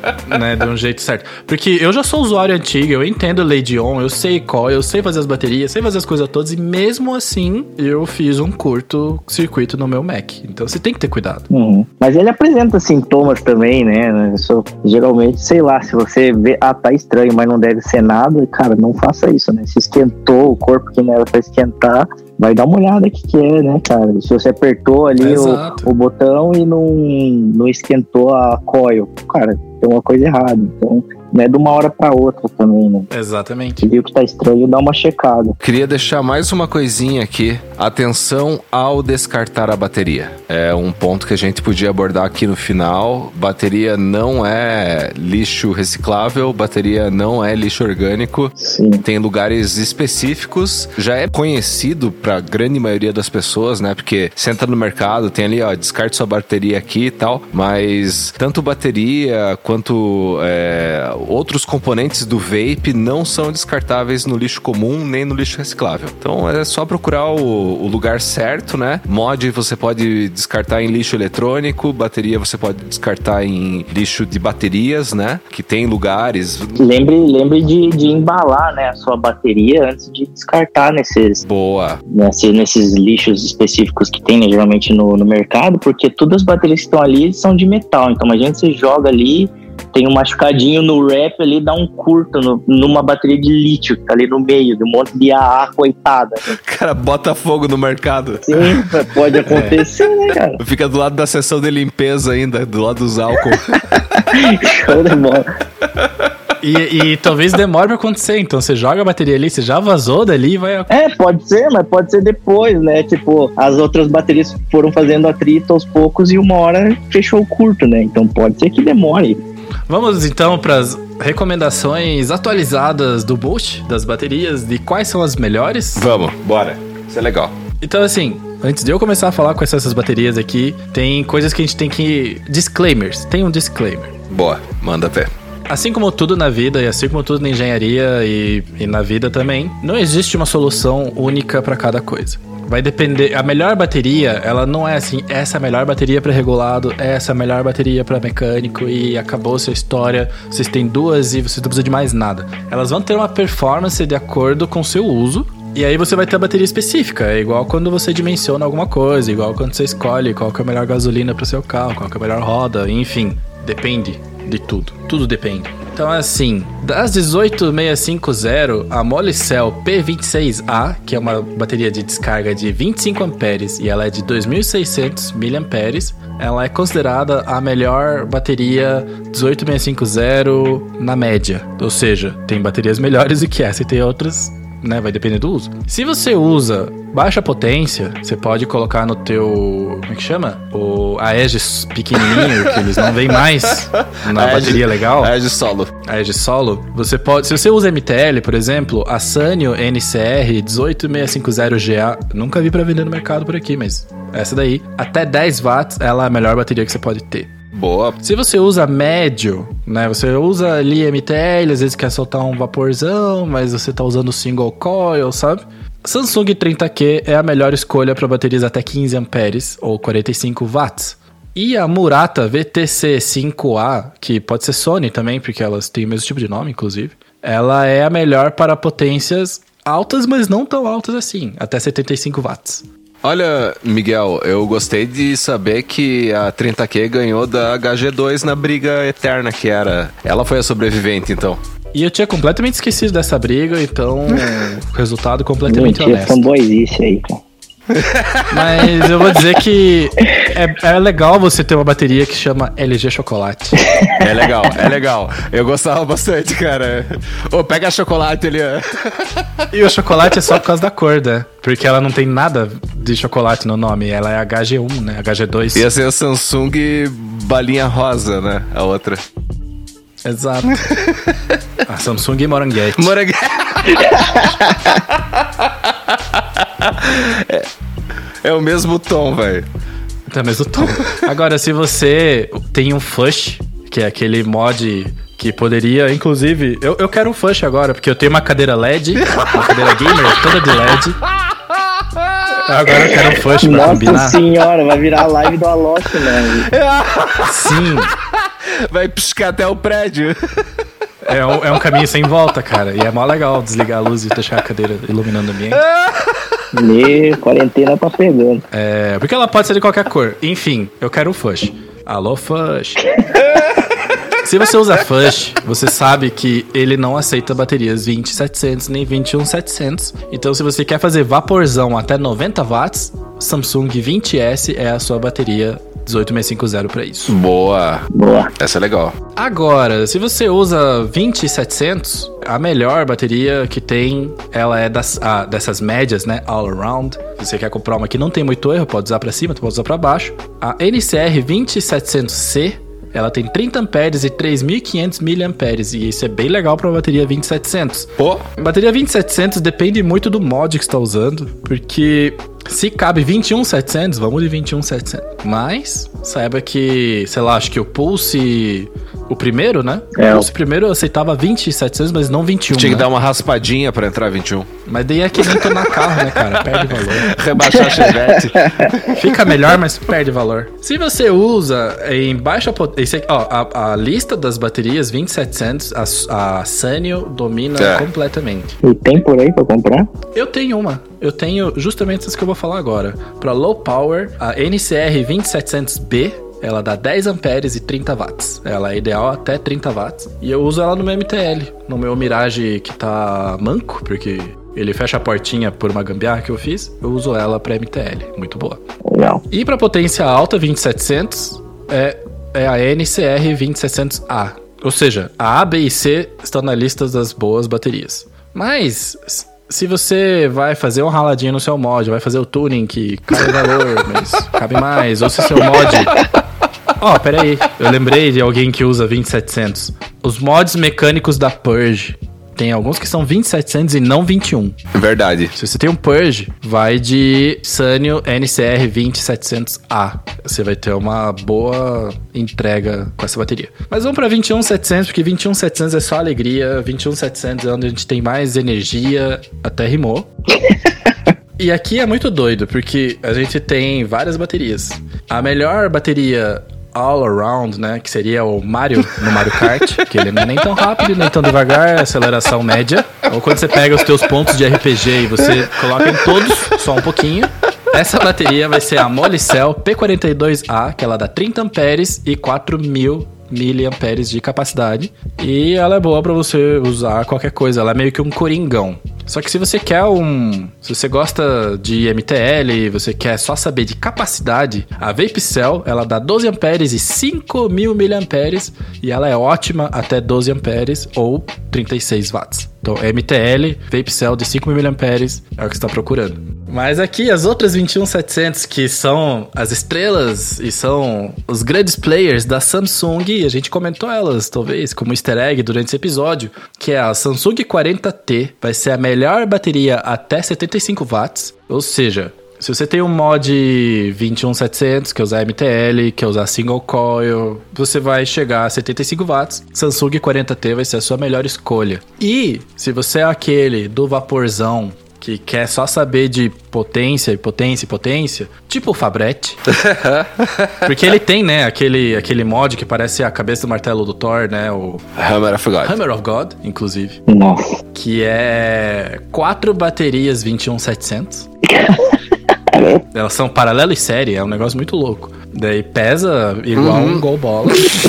né, de um jeito certo. Porque eu já sou usuário antigo, eu entendo lei de Ohm, eu sei qual, eu sei fazer as baterias, sei fazer as coisas todas, e mesmo assim, eu fiz um curto-circuito no meu Mac. Então você tem que ter cuidado.
Uhum. Mas ele apresenta sintomas também, né? Isso, geralmente, sei lá, se você vê, ah, tá estranho, mas não deve ser nada, cara, não faça isso, né? Se esquentou o corpo que não era pra esquentar, vai dar uma olhada o que que é, né, cara? Se você apertou ali o, o botão e não, não esquentou a coil, cara, tem uma coisa errada. Então, não é de uma hora pra outra também, né?
Exatamente.
Se viu que tá estranho, dá uma checada.
Queria deixar mais uma coisinha aqui. Atenção ao descartar a bateria. É um ponto que a gente podia abordar aqui no final. Bateria não é lixo reciclável, bateria não é lixo orgânico.
Sim.
Tem lugares específicos. Já é conhecido pra grande maioria das pessoas, né? Porque você entra no mercado, tem ali, ó, descarte sua bateria aqui e tal. Mas tanto bateria quanto é, outros componentes do vape não são descartáveis no lixo comum nem no lixo reciclável. Então é só procurar o, o lugar certo, né? Mod você pode descartar em lixo eletrônico, bateria você pode descartar em lixo de baterias, né? Que tem lugares.
Lembre, lembre de, de embalar, né, a sua bateria antes de descartar nesses,
Boa.
Nesse, nesses lixos específicos que tem, né, geralmente no, no mercado, porque todas as baterias que estão ali são de metal. Então imagina você joga ali, tem um machucadinho no wrap ali, dá um curto no, numa bateria de lítio que tá ali no meio, de um monte de A A, coitada.
Cara, bota fogo no mercado.
Sim, pode acontecer, é. né, cara?
Fica do lado da seção de limpeza ainda, do lado dos álcool.
Show de bola.
E, e talvez demore pra acontecer, então você joga a bateria ali, você já vazou dali e vai...
É, pode ser, mas pode ser depois, né? Tipo, as outras baterias foram fazendo atrito aos poucos e uma hora fechou o curto, né? Então pode ser que demore.
Vamos então para as recomendações atualizadas do Boost, das baterias, de quais são as melhores.
Vamos, bora. Isso é legal.
Então assim, antes de eu começar a falar quais são essas baterias aqui, tem coisas que a gente tem que... Disclaimers, tem um disclaimer.
Boa, manda ver.
Assim como tudo na vida, e assim como tudo na engenharia e, e na vida também, não existe uma solução única para cada coisa. Vai depender, a melhor bateria, ela não é assim, essa é a melhor bateria para regulado, essa é a melhor bateria para mecânico e acabou sua história, vocês têm duas e você não precisa de mais nada. Elas vão ter uma performance de acordo com o seu uso, e aí você vai ter a bateria específica, é igual quando você dimensiona alguma coisa, igual quando você escolhe qual que é a melhor gasolina para o seu carro, qual que é a melhor roda, enfim, depende de tudo, tudo depende. Então assim, das dezoito mil seiscentos e cinquenta, a Molicel P vinte e seis A, que é uma bateria de descarga de vinte e cinco amperes e ela é de dois mil e seiscentos miliamperes, ela é considerada a melhor bateria dezoito mil seiscentos e cinquenta na média. Ou seja, tem baterias melhores do que essa e tem outras, né, vai depender do uso. Se você usa baixa potência, você pode colocar no teu... Como é que chama? O Aegis pequenininho, que eles não vêm mais na Aegis, bateria legal.
Aegis Solo.
Aegis Solo. Você pode... Se você usa M T L, por exemplo, a Sanyo N C R dezoito mil seiscentos e cinquenta G A, nunca vi pra vender no mercado por aqui, mas essa daí, até dez watts, ela é a melhor bateria que você pode ter.
Boa.
Se você usa médio, né, você usa ali M T L, às vezes quer soltar um vaporzão, mas você tá usando single coil, sabe? Samsung trinta Q é a melhor escolha para baterias até quinze amperes ou quarenta e cinco watts. E a Murata V T C cinco A, que pode ser Sony também, porque elas têm o mesmo tipo de nome, inclusive, ela é a melhor para potências altas, mas não tão altas assim, até setenta e cinco watts.
Olha, Miguel, eu gostei de saber que a trinta Q ganhou da H G dois na briga eterna que era. Ela foi a sobrevivente, então.
E eu tinha completamente esquecido dessa briga, então resultado completamente
Mentira,
honesto.
fanboyzice aí, cara.
Mas eu vou dizer que é, é legal você ter uma bateria que chama L G Chocolate.
É legal, é legal. Eu gostava bastante, cara. Ô, pega a chocolate ali, ó.
E o chocolate é só por causa da cor, né? Porque ela não tem nada de chocolate no nome. Ela é H G um, né? H G dois.
Ia ser a Samsung balinha rosa, né? A outra.
Exato. A Samsung Moranguete.
Moranguete. é, é o mesmo tom, velho.
É o mesmo tom. Agora, se você tem um Fush, que é aquele mod que poderia, inclusive... Eu, eu quero um Fush agora, porque eu tenho uma cadeira L E D, uma cadeira gamer toda de L E D. Agora eu quero um Fush pra
Nossa
combinar.
Nossa senhora, vai virar a live do Alok, né?
Sim.
Vai piscar até o prédio.
É um, é um caminho sem volta, cara. E é mó legal desligar a luz e deixar a cadeira iluminando o ambiente.
Meu, quarentena tá pegando.
É, porque ela pode ser de qualquer cor. Enfim, eu quero o Fush. Alô, Fush. Se você usa Fush, você sabe que ele não aceita baterias vinte e setecentos nem vinte e um setecentos. Então, se você quer fazer vaporzão até noventa watts, Samsung vinte S é a sua bateria dezoito seiscentos e cinquenta para isso.
Boa.
Boa.
Essa é legal.
Agora, se você usa vinte e setecentos, a melhor bateria que tem, ela é das, ah, dessas médias, né? All around. Se você quer comprar uma que não tem muito erro, pode usar para cima, pode usar para baixo. A N C R vinte e setecentos C, ela tem trinta amperes e três mil e quinhentos miliamperes. E isso é bem legal para uma bateria vinte e setecentos.
Pô.
Bateria vinte e setecentos depende muito do mod que você está usando, porque se cabe vinte e um setecentos, vamos de vinte e um setecentos. Mas saiba que, sei lá, acho que o Pulse, o primeiro, né?
É.
O Pulse primeiro eu aceitava vinte e setecentos, mas não vinte e um.
Tinha que
né?
dar uma raspadinha pra entrar vinte e um.
Mas daí é que nem tornar carro, né, cara? Perde valor.
Rebaixar a Chevette.
Fica melhor, mas perde valor. Se você usa em baixa potência, ó, a, a lista das baterias vinte e setecentos, a, a Sanyo domina
É.
completamente.
E tem por aí pra comprar?
Eu tenho uma. Eu tenho justamente isso que eu vou falar agora. Para low power, a N C R vinte e setecentos B, ela dá dez amperes e trinta watts. Ela é ideal até trinta watts. E eu uso ela no meu M T L, no meu Mirage que tá manco, porque ele fecha a portinha por uma gambiarra que eu fiz. Eu uso ela para M T L. Muito boa.
Legal.
E para potência alta, vinte e setecentos, é, é a N C R vinte e setecentos A. Ou seja, a A, B e C estão na lista das boas baterias. Mas se você vai fazer um raladinho no seu mod, vai fazer o tuning que cabe valor, mas cabe mais, ou se seu mod... Ó, oh, pera aí, eu lembrei de alguém que usa vinte e setecentos. Os mods mecânicos da Purge. Tem alguns que são vinte e setecentos e não vinte e um.
Verdade.
Se você tem um Purge, vai de Sanyo N C R vinte e setecentos A. Você vai ter uma boa entrega com essa bateria. Mas vamos pra vinte e um setecentos, porque vinte e um setecentos é só alegria. vinte e um setecentos é onde a gente tem mais energia. Até rimou. E aqui é muito doido, porque a gente tem várias baterias. A melhor bateria all around, né, que seria o Mario no Mario Kart, que ele não é nem tão rápido, nem tão devagar, aceleração média. Ou quando você pega os teus pontos de R P G e você coloca em todos, só um pouquinho. Essa bateria vai ser a Molicel P quarenta e dois A, que ela dá trinta amperes e quatro mil miliamperes de capacidade. E ela é boa pra você usar qualquer coisa, ela é meio que um coringão. Só que se você quer um... Se você gosta de M T L, você quer só saber de capacidade, a VapeCell, ela dá doze amperes e cinco mil miliamperes, e ela é ótima até doze amperes ou trinta e seis watts. Então, M T L, VapeCell de cinco mil miliamperes é o que você está procurando. Mas aqui, as outras vinte e um setecentos, que são as estrelas e são os grandes players da Samsung, a gente comentou elas, talvez, como easter egg durante esse episódio, que é a Samsung quarenta T, vai ser a melhor bateria até setenta e cinco watts, ou seja... Se você tem um mod vinte e um setecentos, quer usar M T L, quer usar single coil, você vai chegar a setenta e cinco watts. Samsung quarenta T vai ser a sua melhor escolha. E se você é aquele do vaporzão que quer só saber de potência e potência e potência, tipo o Fabretti. Porque ele tem, né, aquele, aquele mod que parece a cabeça do martelo do Thor, né, o...
Hammer of God.
Hammer of God, inclusive.
Nossa.
Que é quatro baterias vinte e um setecentos. Elas são paralelo e série, é um negócio muito louco. Daí pesa igual uhum. um gol bola.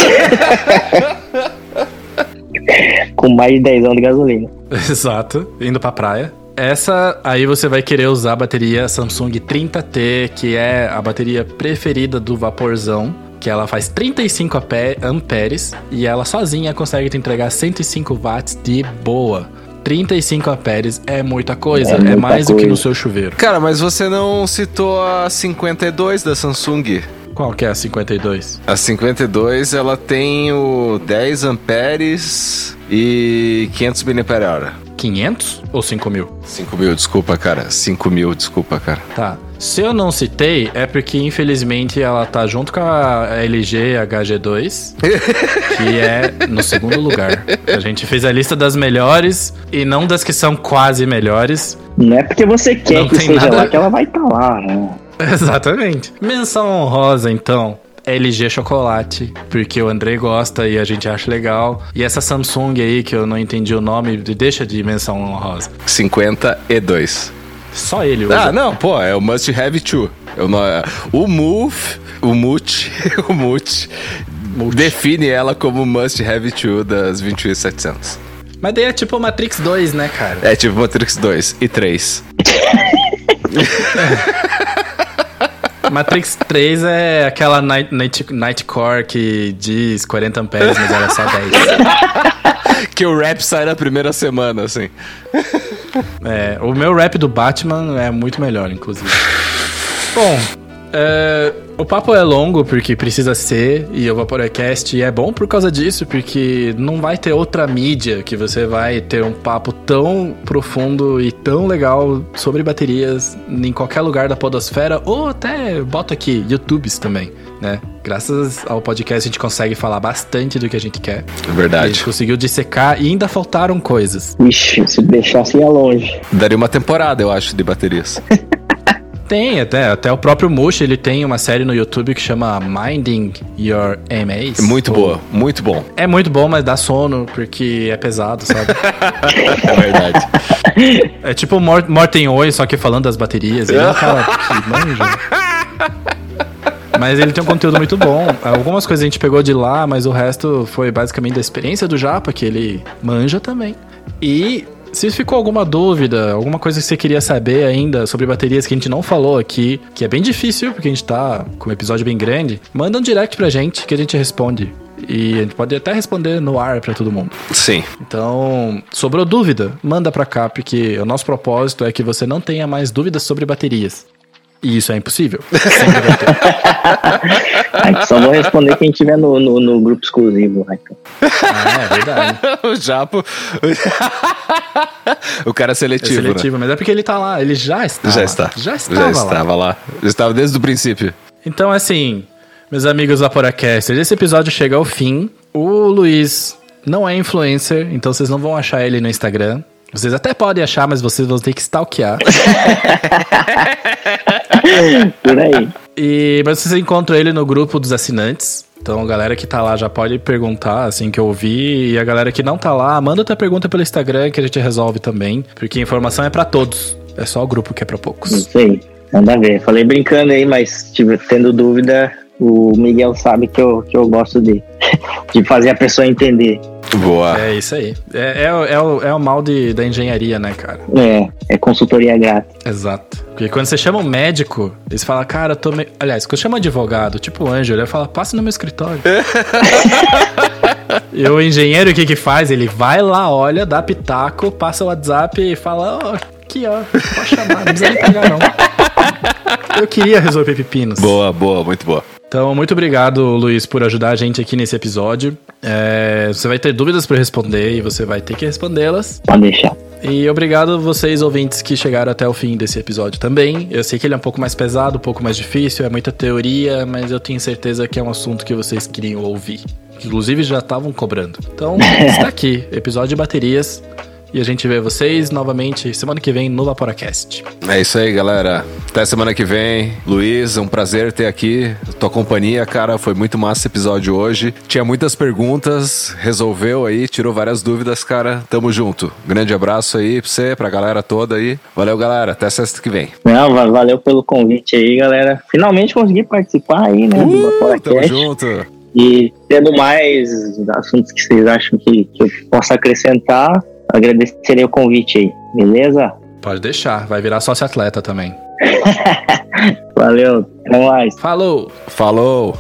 Com mais de dez anos de gasolina.
Exato, indo pra praia. Essa, aí você vai querer usar a bateria Samsung trinta T, que é a bateria preferida do vaporzão, que ela faz trinta e cinco amperes e ela sozinha consegue te entregar cento e cinco watts de boa. trinta e cinco amperes é muita coisa, é, é mais coisa. do que no seu chuveiro.
Cara, mas você não citou a cinquenta e dois da Samsung.
Qual que é a cinquenta e dois?
A cinquenta e dois, ela tem o dez amperes e quinhentos miliampères-hora.
quinhentos ou cinco mil?
cinco mil, desculpa, cara. cinco mil, desculpa, cara.
Tá. Se eu não citei, é porque, infelizmente, ela tá junto com a L G H G dois, que é no segundo lugar. A gente fez a lista das melhores e não das que são quase melhores.
Não é porque você quer
não
que seja
nada...
lá que ela vai estar tá lá, né?
Exatamente. Menção honrosa, então. L G chocolate, porque o André gosta e a gente acha legal. E essa Samsung aí, que eu não entendi o nome, deixa de menção honrosa.
cinquenta e dois.
Só ele usa.
Ah, não, pô, é o Must Have Two. Eu não, o Move, o Mute, o Mute, define ela como Must Have Two das vinte e um mil e setecentos.
Mas daí é tipo Matrix dois, né, cara?
É tipo Matrix dois e três.
Matrix três é aquela night, night, Nightcore que diz quarenta amperes, mas ela é só dez.
Que o rap sai na primeira semana, assim.
É, o meu rap do Batman é muito melhor, inclusive. Bom, é, o papo é longo porque precisa ser, e o Vaporacast é bom por causa disso, porque não vai ter outra mídia que você vai ter um papo tão profundo e tão legal sobre baterias em qualquer lugar da podosfera, ou até, bota aqui, YouTubes também, né? Graças ao podcast a gente consegue falar bastante do que a gente quer.
É verdade.
A gente conseguiu dissecar e ainda faltaram coisas.
Ixi, se deixasse ia longe.
Daria uma temporada, eu acho, de baterias.
Tem, até, até o próprio Mush, ele tem uma série no YouTube que chama Minding Your M As.
Muito
Ou...
boa, muito bom.
É muito bom, mas dá sono, porque é pesado, sabe?
É verdade.
É tipo Mort- Morten Oi, só que falando das baterias. Ele é um cara que manja. Mas ele tem um conteúdo muito bom. Algumas coisas a gente pegou de lá, mas o resto foi basicamente da experiência do Japa, que ele manja também. E... se ficou alguma dúvida, alguma coisa que você queria saber ainda sobre baterias que a gente não falou aqui, que é bem difícil, porque a gente tá com um episódio bem grande, manda um direct pra gente que a gente responde. E a gente pode até responder no ar pra todo mundo.
Sim.
Então, sobrou dúvida? Manda pra cá, porque o nosso propósito é que você não tenha mais dúvidas sobre baterias. E isso é impossível. Sempre vai ter.
Ai, só vou responder quem tiver no, no, no grupo exclusivo. Ai,
ah, é verdade.
O Japo... o cara é seletivo,
É seletivo,
né?
mas é porque ele tá lá. Ele já está
Já
lá.
está.
Já estava,
Já estava lá. lá. Já estava desde o princípio.
Então, assim, meus amigos Vaporacasters, esse episódio chega ao fim. O Luiz não é influencer, então vocês não vão achar ele no Instagram. Vocês até podem achar, mas vocês vão ter que stalkear.
Por aí.
E, mas vocês encontram ele no grupo dos assinantes. Então a galera que tá lá já pode perguntar, assim, que eu ouvi. E a galera que não tá lá, manda outra pergunta pelo Instagram que a gente resolve também. Porque a informação é pra todos. É só o grupo que é pra poucos.
Isso aí, nada a ver. Falei brincando aí, mas tive, tendo dúvida, o Miguel sabe que eu, que eu gosto de, de fazer a pessoa entender.
Boa.
É isso aí. É, é, é, o, é o mal de, da engenharia, né, cara?
É, é consultoria grátis.
Exato. Porque quando você chama um médico, eles falam, cara, eu tô meio... Aliás, quando chama um advogado, tipo o Ângelo, ele fala, passa no meu escritório. E o engenheiro, o que que faz? Ele vai lá, olha, dá pitaco, passa o WhatsApp e fala, ó, oh, aqui, ó, pode chamar, não precisa nem pagar, não. Eu queria resolver pepinos.
Boa, boa, muito boa.
Então, muito obrigado, Luiz, por ajudar a gente aqui nesse episódio. É, você vai ter dúvidas para responder e você vai ter que respondê-las.
Pode deixar.
E obrigado vocês, ouvintes, que chegaram até o fim desse episódio também. Eu sei que ele é um pouco mais pesado, um pouco mais difícil, é muita teoria, mas eu tenho certeza que é um assunto que vocês queriam ouvir. Que, inclusive, já estavam cobrando. Então, está aqui, episódio de baterias. E a gente vê vocês novamente semana que vem no Vaporacast.
É isso aí, galera. Até semana que vem. Luiz, é um prazer ter aqui tua companhia, cara. Foi muito massa esse episódio hoje. Tinha muitas perguntas, resolveu aí, tirou várias dúvidas, cara. Tamo junto. Grande abraço aí pra você, pra galera toda aí. Valeu, galera. Até sexta que vem.
Não, valeu pelo convite aí, galera. Finalmente consegui participar aí, né,
uh,
do Vaporacast.
Tamo junto.
E tendo mais assuntos que vocês acham que, que eu possa acrescentar, agradecerei o convite aí, beleza?
Pode deixar, vai virar sócio-atleta também.
Valeu, até mais.
Falou!
Falou!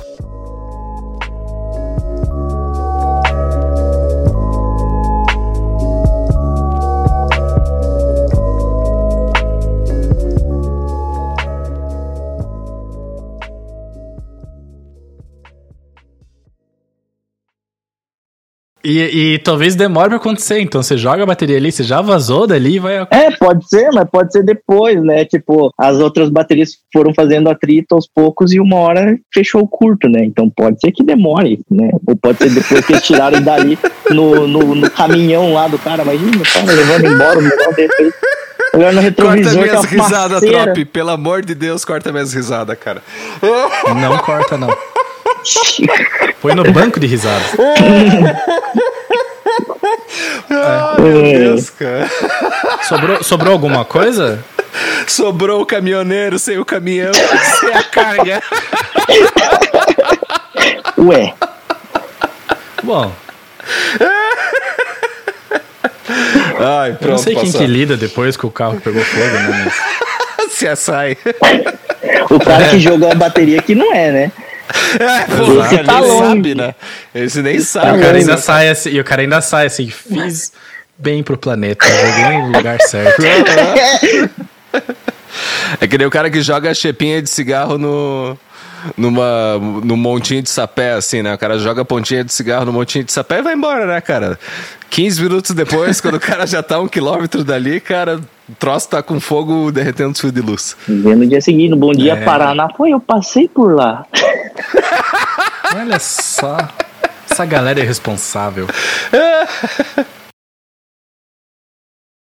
E, e talvez demore pra acontecer, então você joga a bateria ali, você já vazou dali e vai...
É, pode ser, mas pode ser depois, né? Tipo, as outras baterias foram fazendo atrito aos poucos e uma hora fechou o curto, né? Então pode ser que demore, né? Ou pode ser depois que eles tirarem dali no, no, no caminhão lá do cara, imagina, o cara levando embora o melhor dele. Olhando no retrovisor,
corta minhas
que é uma
risadas,
faceira.
Trop. Pelo amor de Deus, corta minhas risadas, cara.
Não corta, não. Foi no banco de risadas.
Ah, meu Deus, cara.
Sobrou, sobrou alguma coisa?
Sobrou o caminhoneiro sem o caminhão, sem a carga.
Ué.
Bom.
Ai, pronto,
Eu não sei quem
passou.
que lida depois que o carro pegou fogo, né? Mas...
Se assai.
O cara que jogou a bateria aqui não é, né?
É, pô,
Esse
ele
tá
nem
longe.
sabe, né? Esse nem
E
sabe.
o cara
longe.
ainda sai assim, e o cara ainda sai assim, fiz bem pro planeta, joguei no lugar certo.
É que nem o cara que joga a chepinha de cigarro no... Numa, num montinho de sapé, assim, né? O cara joga a pontinha de cigarro no montinho de sapé e vai embora, né, cara? quinze minutos depois, quando o cara já tá a um quilômetro dali, cara, o troço tá com fogo derretendo os fios de luz.
Vendo no dia seguinte, no Bom Dia
É.
Paraná, pô, eu passei por lá.
Olha só, essa galera é irresponsável.